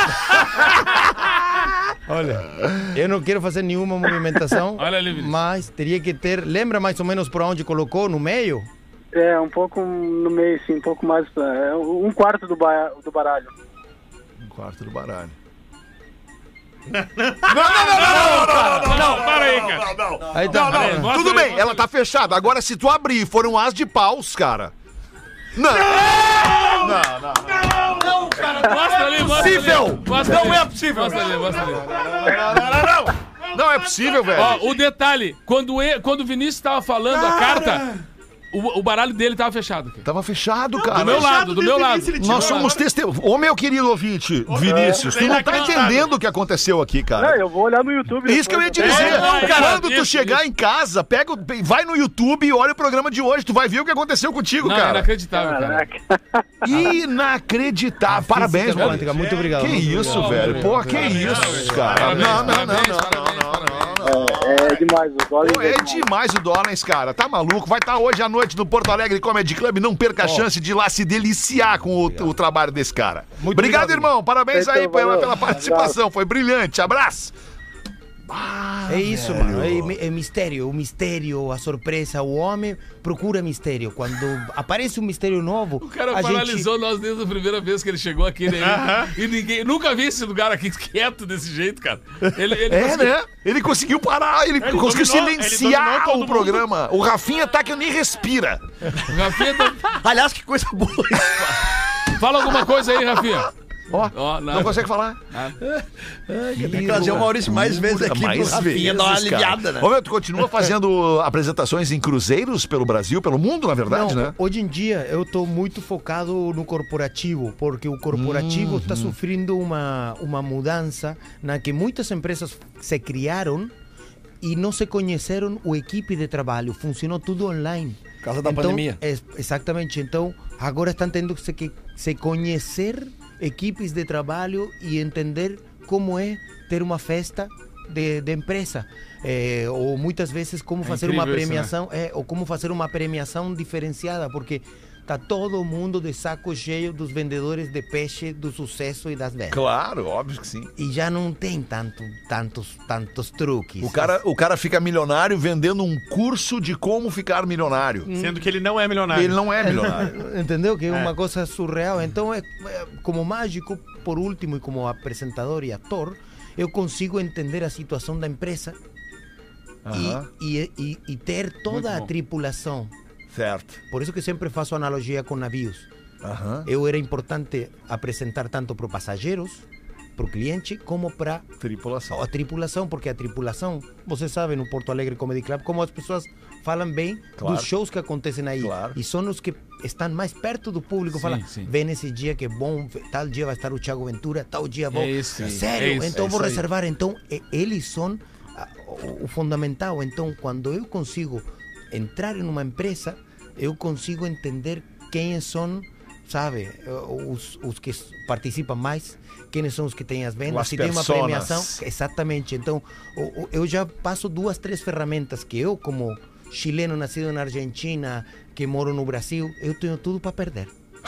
Olha, eu não quero fazer nenhuma movimentação, Olha ali, Vinícius. mas teria que ter... Lembra mais ou menos por onde colocou? No meio? É, um pouco no meio, sim, um pouco mais. É, um quarto do baralho. Um quarto do baralho. Não, para aí, cara. Aí tá. Não, mostra Tudo aí, bem, mostra ela aí. tá fechada. Agora, se tu abrir e for um as de paus, cara. Não! Mostra ali, mostra ali. Possível! Mostra Não ali. é possível! Mostra ali, mostra ali. Não é possível, velho. Ó, o detalhe, quando o Vinícius tava falando a carta, o baralho dele tava fechado. Cara. Tava fechado, cara. Do meu lado, do meu lado. Nós somos testemunhas. Ô, meu querido ouvinte, Vinícius, tu não tá entendendo o que aconteceu aqui, Não, cara. eu vou olhar no YouTube. Isso que eu ia te depois. dizer. não, cara, Quando tu isso, chegar em casa, vai no YouTube e olha o programa de hoje. Tu vai ver o que aconteceu contigo, Não, é cara. inacreditável, cara. Caraca. Inacreditável. Parabéns, Física mano. quântica, muito obrigado. Que muito isso, obrigado. velho. Pô, que isso, cara. Parabéns, Não. parabéns. É demais, o dólar Pô, é demais o Dollens, cara. Tá maluco? Vai estar hoje à noite no Porto Alegre Comedy Club. Não perca a chance de ir lá se deliciar com o trabalho desse cara. Muito obrigado, obrigado, irmão. Parabéns aí Valeu. pela participação. Foi brilhante. Abraço. É isso, mano. É mistério. O mistério, a surpresa. O homem procura mistério. Quando aparece um mistério novo. O cara paralisou nós desde a primeira vez que ele chegou aqui, né? E ninguém. Nunca vi esse lugar aqui quieto desse jeito, cara. Ele conseguiu... né? Ele conseguiu parar, ele conseguiu silenciar o programa. O Rafinha tá que nem respira. O Rafinha tá... Aliás, que coisa boa. Fala alguma coisa aí, Rafinha. Não consegue falar. Tem que trazer o Maurício mais vezes aqui pro Rafinha dar uma aliviada, né? Ô, meu, tu continua fazendo apresentações em cruzeiros pelo Brasil, pelo mundo, na verdade, né? Hoje em dia eu tô muito focado no corporativo, porque o corporativo está sofrendo uma mudança na que muitas empresas se criaram e não se conheceram a equipe de trabalho, funcionou tudo online. Por causa da pandemia. Exatamente, então agora estão tendo que se conhecer equipes de trabalho e entender como é ter uma festa de empresa, ou muitas vezes como fazer uma premiação, isso, né? Ou como fazer uma premiação diferenciada, porque tá todo mundo de saco cheio dos vendedores de peixe, do sucesso e das vendas. Claro, óbvio que sim. E já não tem tantos truques. O cara fica milionário vendendo um curso de como ficar milionário. Sendo que ele não é milionário. Ele não é milionário. Entendeu? Que é uma coisa surreal. Então, como mágico, por último, e como apresentador e ator, eu consigo entender a situação da empresa e ter toda a tripulação. Certo. Por isso que sempre faço analogia com navios. Eu era importante apresentar tanto para passageiros, para o cliente, como para a tripulação, porque a tripulação, você sabe, no Porto Alegre Comedy Club, como as pessoas falam bem dos shows que acontecem aí. E são os que estão mais perto do público. Falam, vem esse dia que é bom, tal dia vai estar o Thiago Ventura, tal dia vou... Sério? Então vou reservar. Então, eles são o fundamental. Então, quando eu consigo entrar em uma empresa, eu consigo entender quem são, sabe, os que participam mais, quem são os que têm as vendas, se tem uma premiação. Exatamente. Então, eu já passo 2, 3 ferramentas que eu, como chileno nascido na Argentina, que moro no Brasil, eu tenho tudo para perder.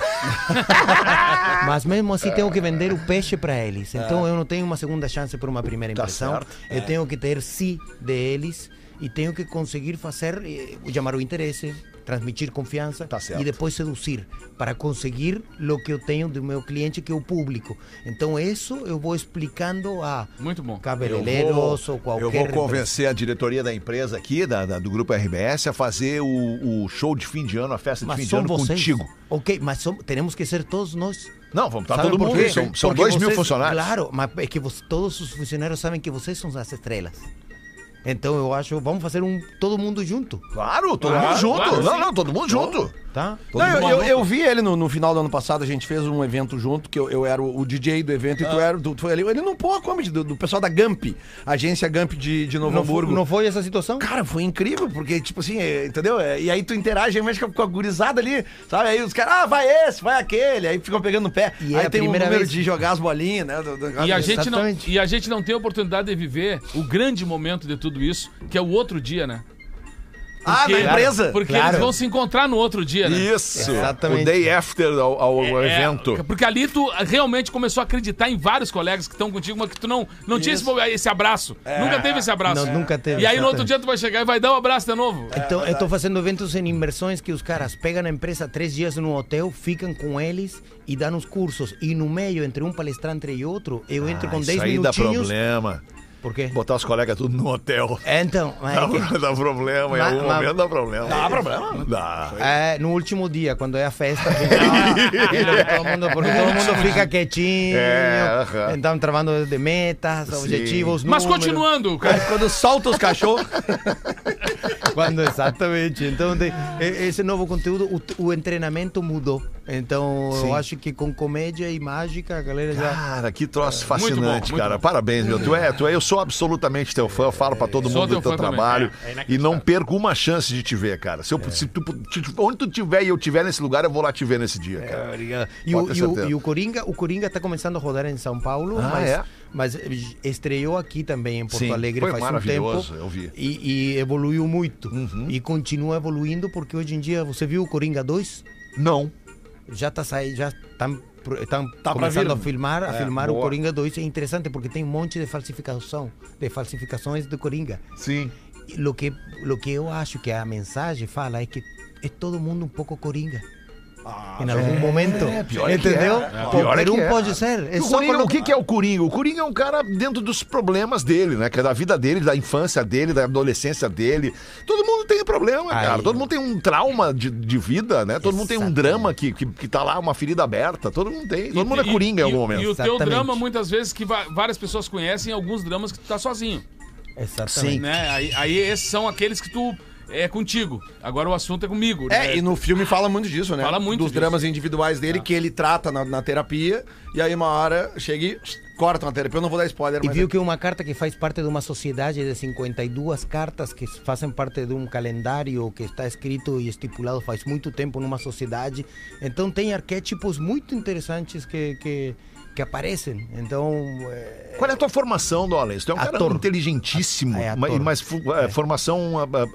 Mas mesmo assim tenho que vender o peixe para eles. Então eu não tenho uma segunda chance por uma primeira impressão. Eu tenho que ter sim deles e tenho que conseguir fazer, chamar o interesse, transmitir confiança e depois seduzir para conseguir o que eu tenho do meu cliente, que é o público. Então isso eu vou explicando a cabeleireiros ou qualquer... Eu vou convencer a diretoria da empresa aqui, do Grupo RBS, a fazer o show de fim de ano, a festa de fim de ano contigo. Ok, mas teremos que ser todos nós. Não, vamos estar todo mundo. São 2.000 funcionários. Claro, mas é que todos os funcionários sabem que vocês são as estrelas. Então eu acho, vamos fazer todo mundo junto. Claro, todo mundo junto. Claro, não, todo mundo junto. Tá? Eu vi ele no final do ano passado, a gente fez um evento junto, que eu era o DJ do evento e tu foi ali. Ele não pôs a comedy do pessoal da Gump, agência Gump de Novo Hamburgo. Não foi essa situação? Cara, foi incrível, porque, tipo assim, entendeu? E aí tu interage com a gurizada ali, sabe? Aí os caras, vai esse, vai aquele, aí ficam pegando no pé. E aí tem um número vez de jogar as bolinhas, né? E a gente não tem a oportunidade de viver o grande momento de tudo isso, que é o outro dia, né? Porque, na empresa? Porque eles vão se encontrar no outro dia, né? Isso, exatamente. O day after ao evento. Porque ali tu realmente começou a acreditar em vários colegas que estão contigo, mas que tu não tinha esse abraço. Nunca teve esse abraço. Não, nunca teve. E aí no outro dia tu vai chegar e vai dar um abraço de novo. Então eu tô fazendo eventos em imersões que os caras pegam a empresa 3 dias no hotel, ficam com eles e dão os cursos. E no meio, entre um palestrante e outro, eu entro com 10 minutinhos. Isso aí dá problema. Por quê? Botar os colegas tudo no hotel. Então, dá problema, em algum momento dá problema. Dá problema? Dá. No último dia, quando é a festa, todo mundo fica quietinho. Então, travando de metas, objetivos, Mas números. Continuando, quando solta os cachorros. Exatamente. Então, esse novo conteúdo, o treinamento mudou. Então, eu acho que com comédia e mágica, a galera já... Cara, que troço fascinante, muito cara. bom. Parabéns, meu. Eu sou absolutamente teu fã, eu falo pra todo mundo do teu trabalho e não perco uma chance de te ver, cara. Onde tu tiver e eu tiver nesse lugar, eu vou lá te ver nesse dia, cara. Obrigado. E o Coringa tá começando a rodar em São Paulo, mas estreou aqui também em Porto Alegre faz um tempo. Eu vi. E evoluiu muito. E continua evoluindo, porque hoje em dia, você viu o Coringa 2? Não. Já tá saindo, já estão estão Tá pra começando vir. a filmar o boa. Coringa 2. É interessante porque tem um monte de falsificações do Coringa. Sim. E lo que eu acho que a mensagem fala é que é todo mundo um pouco Coringa. Em algum momento. pior é que entendeu? é. Pior Qualquer é que um é. pode ser. É O só Coringa, quando- o que é o Coringa? O Coringa é um cara dentro dos problemas dele, né? Que é da vida dele, da infância dele, da adolescência dele. Todo mundo tem problema, Aí. cara. Todo mundo tem um trauma de vida, né? Todo mundo tem um Exatamente. drama que tá lá, uma ferida aberta. Todo mundo tem. Todo mundo é Coringa em algum momento. E o teu Exatamente. drama, muitas vezes, que várias pessoas conhecem, alguns dramas que tu tá sozinho. Exatamente. Né? Aí esses são aqueles que tu é contigo. Agora o assunto é comigo. né? E no filme fala muito disso, né? Fala muito dos disso. dramas individuais dele que ele trata na terapia, e aí uma hora chega e corta uma terapia. Eu não vou dar spoiler, E mas... viu que uma carta que faz parte de uma sociedade de 52 cartas que fazem parte de um calendário que está escrito e estipulado faz muito tempo numa sociedade. Então tem arquétipos muito interessantes que aparecem. Então, Qual é a tua formação, Dolens? Tu é um cara Ator. inteligentíssimo, Ator. mas formação,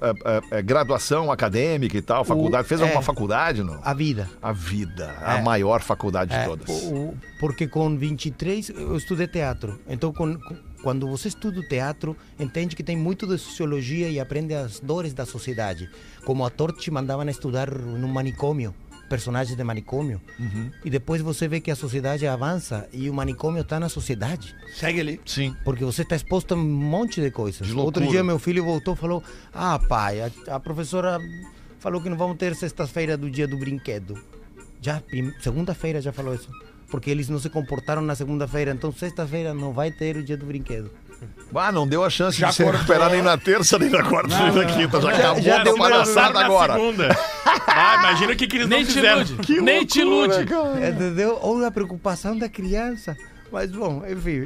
graduação acadêmica e tal, faculdade. Fez alguma faculdade, não? a vida. A vida, a maior faculdade de É, todas. porque com 23 eu estudei teatro. Então, quando você estuda o teatro, entende que tem muito de sociologia e aprende as dores da sociedade. Como ator, te mandavam a estudar num manicômio, personagens de manicômio. E depois você vê que a sociedade avança e o manicômio está na sociedade. Segue ali. Sim. Porque você está exposto a um monte de coisas. De loucura. Outro dia meu filho voltou e falou: ah, pai, a professora falou que não vamos ter sexta-feira do dia do brinquedo. Já, segunda-feira já falou isso. Porque eles não se comportaram na segunda-feira, então sexta-feira não vai ter o dia do brinquedo. Ah, não deu a chance de se recuperar nem na terça, nem na quarta, nem na quinta. Já acabou já essa deu uma palhaçada na agora. segunda. Imagina o que eles Nem não te fizeram. ilude. Nem te ilude. Entendeu? Ou a preocupação da criança. Mas, bom, enfim,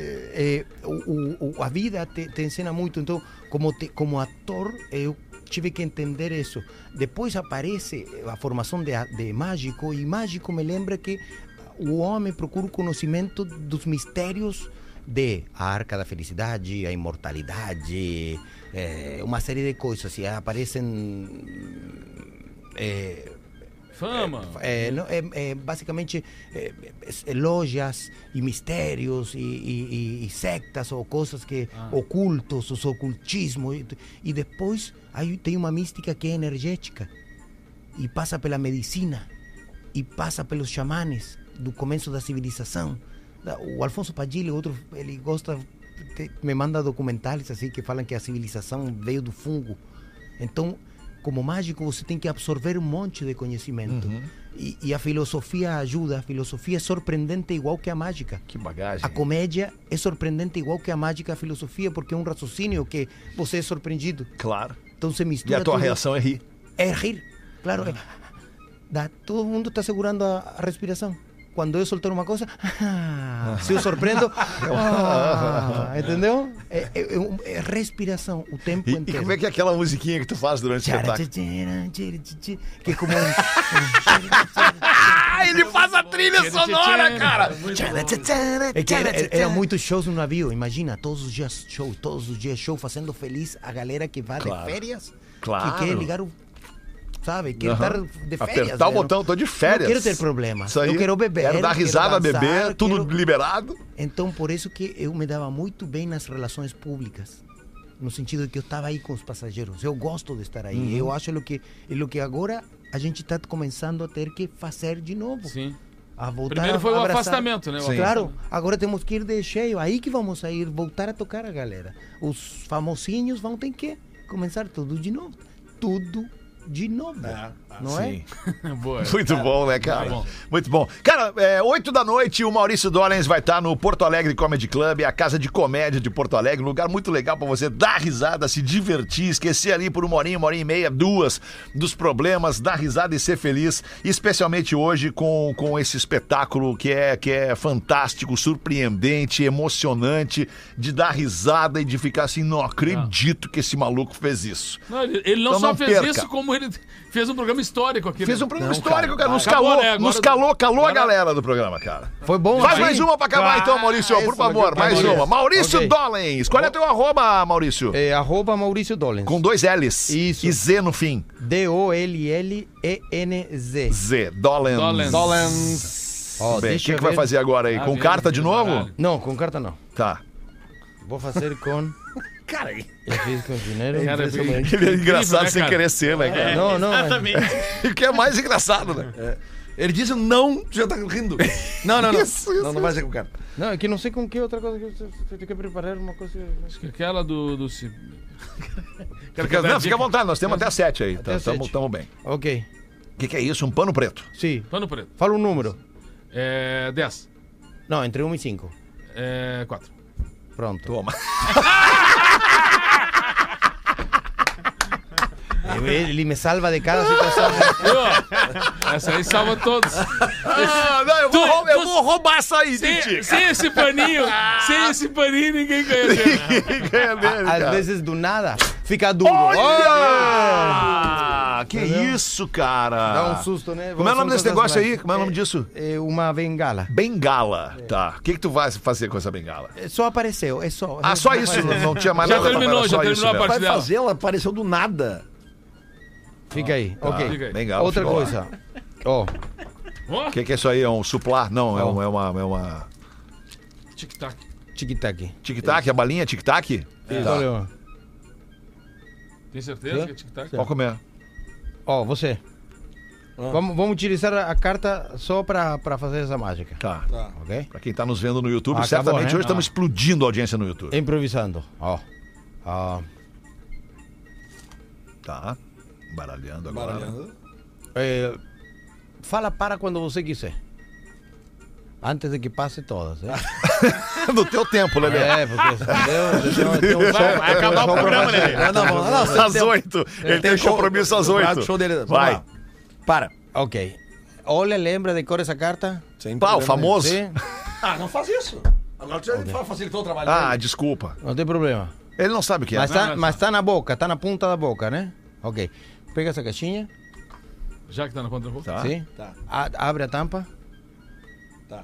a vida te ensina muito. Então, como ator, eu tive que entender isso. Depois aparece a formação de mágico, e mágico me lembra que o homem procura o conhecimento dos mistérios de a Arca da Felicidade, a imortalidade, uma série de coisas. E aparecem... Fama. basicamente lojas e mistérios e sectas ou coisas que ocultos, os ocultismo, e depois aí tem uma mística que é energética e passa pela medicina e passa pelos xamanes do começo da civilização. O Alfonso Padilha, outro, ele gosta, me manda documentários assim que falam que a civilização veio do fungo. Então, como mágico, você tem que absorver um monte de conhecimento. E a filosofia ajuda. A filosofia é surpreendente igual que a mágica. Que bagagem. A comédia é surpreendente igual que a mágica, a filosofia, porque é um raciocínio que você é surpreendido. Claro. Então você E mistura a tua tudo. reação é rir. É rir, claro. Todo mundo está segurando a respiração. Quando eu soltar uma coisa, se eu surpreendo, entendeu? É respiração o tempo E inteiro. como é que é aquela musiquinha que tu faz durante o espetáculo? Que é como Ele faz a trilha sonora, cara! É que era muitos shows no navio. Imagina, todos os dias show, fazendo feliz a galera que vai Claro. de férias. Claro. Que quer ligar o... Sabe? Quer estar de férias. Apertar o né? botão, tô de férias. Não quero ter problema. Isso aí. Eu quero beber. Quero dar risada, dançar, beber, tudo quero- liberado. Então, por isso que eu me dava muito bem nas relações públicas. No sentido de que eu estava aí com os passageiros. Eu gosto de estar aí. Eu acho o que agora a gente está começando a ter que fazer de novo. Sim. A voltar Primeiro a foi o abraçar. afastamento, né? O Claro, agora temos que ir de cheio. Aí que vamos sair, voltar a tocar a galera. Os famosinhos vão ter que começar tudo de novo. Tudo de novo. Não é? Boa. Muito bom, né, cara? Tá bom. Muito bom. Cara, 8 da noite, o Maurício Dolens vai estar no Porto Alegre Comedy Club, a casa de comédia de Porto Alegre, um lugar muito legal pra você dar risada, se divertir, esquecer ali por uma horinha e meia, 2 dos problemas, dar risada e ser feliz, especialmente hoje com esse espetáculo que é fantástico, surpreendente, emocionante, de dar risada e de ficar assim, não acredito que esse maluco fez isso. Não, ele não Então só não fez perca. isso, como ele fez um programa histórico aqui. Fez né? um programa histórico, cara. Nos Acabou, calou, né? Agora- nos calou a agora- galera do programa, cara. Foi bom. Faz assim? mais uma pra acabar então, Maurício, por isso, favor. ok, Mais Maurício. uma. Maurício Ok. Dolens. Qual é teu arroba, Maurício? É @Maurício Dolens. Com 2 L's. Isso. E Z no fim. DOLLENZ. Z. Dolens. Dolens. Ó, Bem, o deixa que eu vai ver. fazer agora aí? Com carta de novo? Caralho. Não, com carta não. Tá. Vou fazer com... Cara, Eu fiz com dinheiro. Cara, impressionante. Ele é engraçado Incrível, né, sem cara? querer ser, né, cara? Não, não. Exatamente. O que é mais engraçado, né? Ele disse não, tu já tá rindo. Não. Não vai ser com o cara. Não, é que não sei com que outra coisa que você tem que preparar uma coisa. Acho que aquela do... Não, fica à vontade, nós temos até 7 aí. Até 7. Tamo bem. Ok. O que é isso? Um pano preto. Sim. Pano preto. Fala um número. 10. Não, entre 1 e 5. 4. Pronto. Toma. Ele me salva de cada situação. Essa aí salva todos. Não, eu vou roubar essa aí, Titi. Sem esse paninho, ninguém ganha dele. Às vezes do nada fica duro. Olha! Que isso, cara? Dá um susto, né? Como é o nome desse São coisas negócio aí? mais- Como é o nome disso? É uma bengala. Bengala. Tá. O que tu vai fazer com essa bengala? Só apareceu, é só. Ah, só isso? Não tinha mais Já nada pra terminou, falar, já só terminou isso a mesmo. parte Vai dela. fazer, ela apareceu do nada. Fica aí, ok. Fica aí. Bengala. Outra ficou lá. coisa. Ó, Ó, O que é isso aí? É um suplá? Não, é uma... tic-tac. tic-tac. Tic-tac? A balinha tic-tac? Tá. Olha, Tem certeza que é tic-tac? Pode comer. ó, você. Vamos utilizar a carta só pra fazer essa mágica. Tá. Ok? Pra quem tá nos vendo no YouTube, Acabou, certamente né? hoje estamos explodindo a audiência no YouTube. Improvisando. Ó. Ó. Tá. Baralhando agora. Fala para quando você quiser. Antes de que passe todas, né? No teu tempo, Lelê. É, porque entendeu? Vai acabar o programa, Lelê. Às 8. Ele tem compromisso às 8. Show dele. Vamos Vai. lá. Para. Ok. Olha, lembra de cor essa carta? Sem Pá, o problema famoso. Sim? Ah, não faz isso. Agora tu já facilitou o trabalho Ah, dele. desculpa. Não tem problema. Ele não sabe o que é. Mas tá na boca, tá na ponta da boca, né? Ok. Pega essa caixinha. Já que tá na ponta da boca. Tá. Sim? Tá. Abre a tampa. Tá.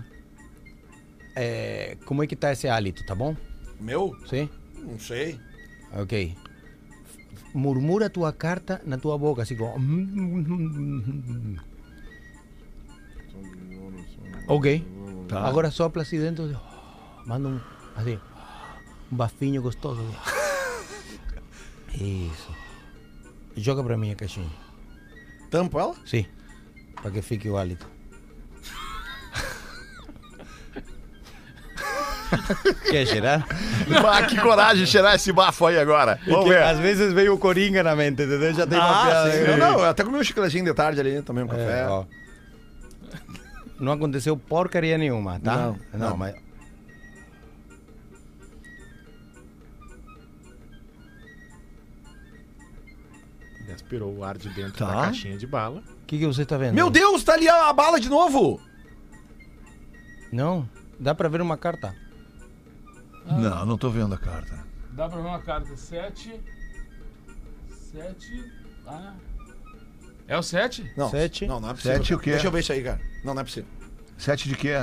Como é que tá esse hálito, tá bom? Meu? Sim? Não sei. Ok. Murmura tua carta na tua boca, assim como... Ok. Tá. Agora sopla assim dentro. Manda um... Assim. Um bafinho gostoso. Isso. Joga pra mim a caixinha. Tampo ela? Sim. Pra que fique o hálito. Quer cheirar? Ah, que coragem de cheirar esse bafo aí agora. Vamos ver. Às vezes veio o Coringa na mente, entendeu? Já tem uma piada. sim. Não, eu até comi um chicletinho de tarde ali, tomei um café. É, ó. Não aconteceu porcaria nenhuma, tá? Não. Mas... Ele aspirou o ar de dentro Tá. da caixinha de bala. O que você tá vendo? Meu Deus, tá ali a bala de novo. Não, dá pra ver uma carta. Não tô vendo a carta. Dá pra ver uma carta. 7. 7. Ah. É o 7? Não, 7. Não é possível. 7 o quê? Deixa eu ver isso aí, cara. Não é possível. 7 de quê?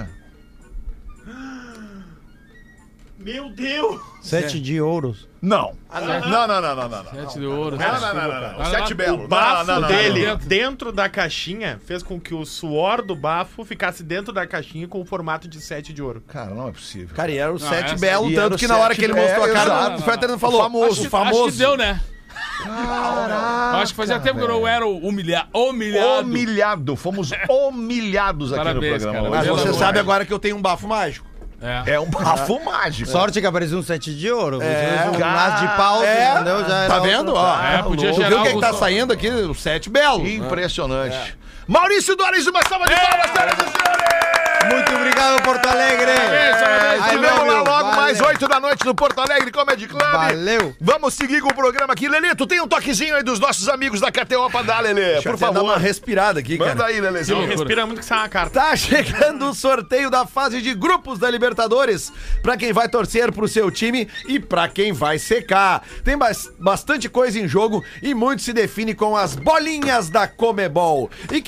Meu Deus! 7 de ouros. Não. Não. 7 de ouro. Não. 7 belo. O bafo Não. dele dentro da caixinha fez com que o suor do bafo ficasse dentro da caixinha com o formato de 7 de ouro. Cara, não é possível. Cara, e era o Não, 7 essa- belo, e era tanto o que na hora 7 que ele é, mostrou a cara, exato. o Fetter não falou. Famoso. Acho que deu, né? Caraca, Acho que fazia tempo que eu não era humilhado. Humilhado. Fomos humilhados aqui Parabéns, no programa. cara. Mas Pelo você amor sabe de agora que eu tenho um bafo mágico. É. É um bafo mágico. Sorte que apareceu um 7 de ouro. É, um cara, laço de pau, entendeu? Já Tá era vendo? outro. Ó, É, podia tu gerar viu o que, algo tá só. saindo aqui? O 7 belo. Impressionante. Maurício Doris, uma salva de palmas, senhoras e senhores! Muito obrigado, Porto Alegre. Te vemos lá logo Valeu. mais 8 da noite no Porto Alegre Comedy Club. Valeu. Vamos seguir com o programa aqui. Lelê, tu tem um toquezinho aí dos nossos amigos da KTO pra dar, Lelê, Deixa eu por até dar favor. uma respirada aqui, cara. Manda aí, Lelezinho. Não respira muito que sai uma carta. Tá chegando o sorteio da fase de grupos da Libertadores. Pra quem vai torcer pro seu time e pra quem vai secar. Tem bastante coisa em jogo e muito se define com as bolinhas da Comebol. E quem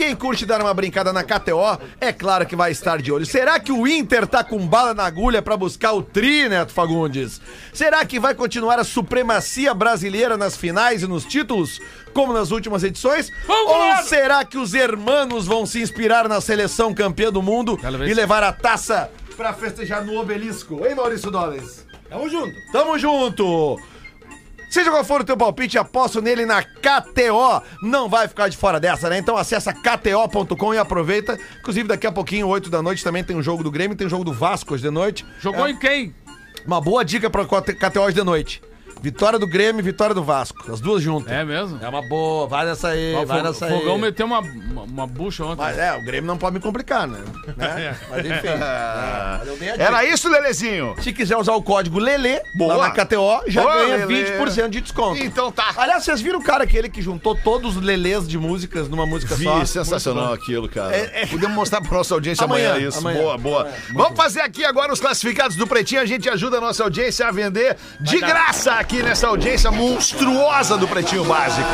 quem curte dar uma brincada na KTO, é claro que vai estar de olho. Será que o Inter tá com bala na agulha pra buscar o tri, Neto Fagundes? Será que vai continuar a supremacia brasileira nas finais e nos títulos, como nas últimas edições? Ou será que os hermanos vão se inspirar na seleção campeã do mundo e levar a taça pra festejar no Obelisco? Hein, Maurício Dollars? Tamo junto. Tamo junto! Seja qual for o teu palpite, aposto nele na KTO. Não vai ficar de fora dessa, né? Então acessa kto.com e aproveita. Inclusive, daqui a pouquinho, 8 da noite, também tem um jogo do Grêmio, tem um jogo do Vasco hoje de noite. Jogou em quem? Uma boa dica pra KTO hoje de noite. Vitória do Grêmio e vitória do Vasco. As duas juntas. É mesmo? É uma boa. Vai nessa aí, vai nessa aí. O Fogão meteu uma bucha ontem. Mas o Grêmio não pode me complicar, né? Mas enfim. Era isso, Lelezinho? Se quiser usar o código LELê Boa. lá na KTO, já Boa, ganha Lelê. 20% de desconto. Então tá. Aliás, vocês viram o cara aquele que juntou todos os lelês de músicas numa música só? Sensacional aquilo, cara. Podemos mostrar pra nossa audiência amanhã isso. Amanhã. Boa. Vamos fazer aqui agora os classificados do Pretinho. A gente ajuda a nossa audiência a vender de graça aqui nessa audiência monstruosa do Pretinho Básico.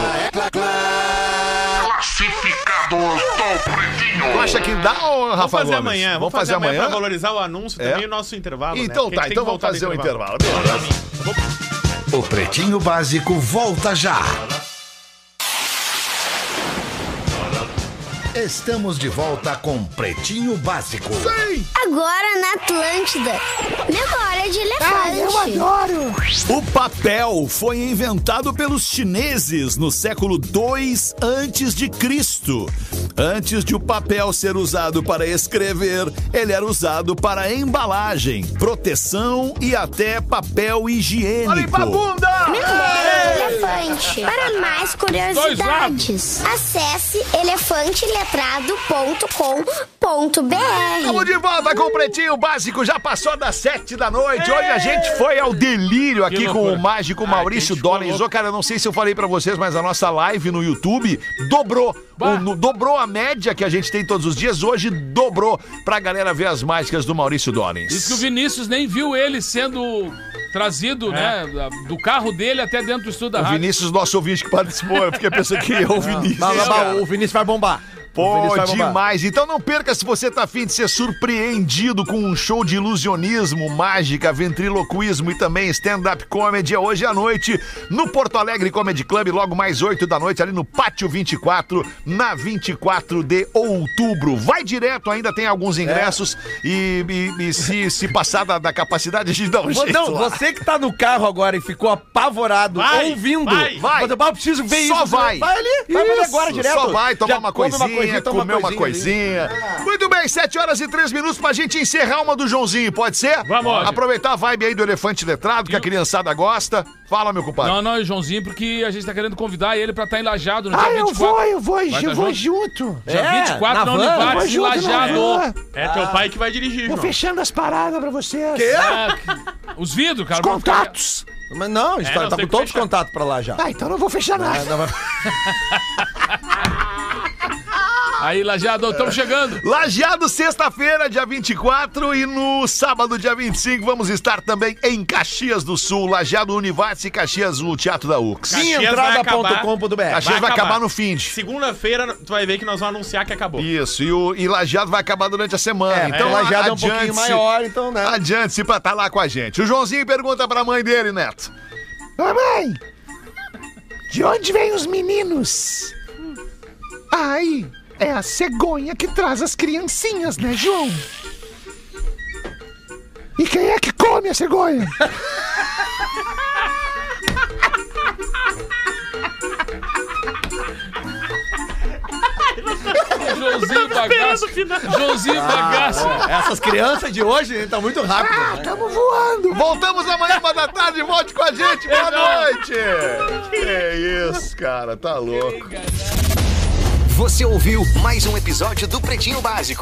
Classificados do Pretinho. Tu acha que dá, ou Rafa Vamos fazer Gomes? amanhã. Vamos fazer amanhã pra valorizar o anúncio também e o nosso intervalo. Então né? tá, Porque então tem que vamos voltar do fazer o intervalo. Beleza. O Pretinho Básico volta já. Estamos de volta com Pretinho Básico. Agora na Atlântida. Memória de elefante. Eu adoro. O papel foi inventado pelos chineses no século II antes de Cristo. Antes de o papel ser usado para escrever, ele era usado para embalagem, proteção e até papel higiênico. Olha pra bunda! Memória de elefante. Para mais curiosidades, acesse elefanteletrado.com.br. Estamos de volta com o Pretinho Básico. Já passou das 7 da noite. Hoje a gente foi ao delírio aqui com o mágico Maurício Dollars. Ô, cara, eu não sei se eu falei pra vocês, mas a nossa live no YouTube dobrou. Dobrou a média que a gente tem todos os dias. Hoje dobrou pra galera ver as mágicas do Maurício Dollars. Diz que o Vinícius nem viu ele sendo trazido, né, do carro dele até dentro do estúdio da O rádio. Vinícius, nosso ouvinte que participou, eu fiquei pensando que é o Vinícius. O Vinícius vai bombar. Pô, demais. Então não perca se você tá afim de ser surpreendido com um show de ilusionismo, mágica, ventriloquismo e também stand-up comedy hoje à noite no Porto Alegre Comedy Club, logo mais 8 da noite ali no Pátio 24, na 24 de outubro. Vai direto, ainda tem alguns ingressos e se passar da capacidade, a gente dá um jeito Não, lá. você que tá no carro agora e ficou apavorado ouvindo. Vai. Eu preciso ver Só isso. vai. Vai ali. Vai fazer agora direto. Só vai tomar Já uma come coisinha, comer uma coisinha. Muito bem, 7 horas e 3 minutos pra gente encerrar uma do Joãozinho, pode ser? Vamos. Aproveitar a vibe aí do elefante letrado, que a criançada gosta. Fala, meu compadre. Não, é Joãozinho, porque a gente tá querendo convidar ele pra estar em Lajado no dia 24. eu vou junto. junto. Dia 24 na Univates, em Lajado. É teu pai que vai dirigir, João. Fechando as paradas pra vocês. Os vidros, cara. Contatos. Mas não, a gente tá com todos os contatos pra lá já. Então não vou fechar nada. Aí, Lajado, estamos chegando. Lajeado, sexta-feira, dia 24, e no sábado, dia 25, vamos estar também em Caxias do Sul, Lajeado, Univates e Caxias, no Teatro da UX. Entrada.com.br. Caxias vai acabar no fim de. Segunda-feira, tu vai ver que nós vamos anunciar que acabou. Isso, e Lajeado vai acabar durante a semana. Então, Lajeado é um pouquinho maior, então, né? Adiante-se pra estar lá com a gente. O Joãozinho pergunta pra mãe dele, Neto. Mamãe, de onde vêm os meninos? Ai, é a cegonha que traz as criancinhas, né, João? E quem é que come a cegonha? Joãozinho bagaço. Joãozinho bagaço. Essas crianças de hoje estão muito rápidas. Né? Tamo voando. Voltamos amanhã, 1h da tarde. Volte com a gente. Boa noite. Que isso, cara. Tá louco. Você ouviu mais um episódio do Pretinho Básico.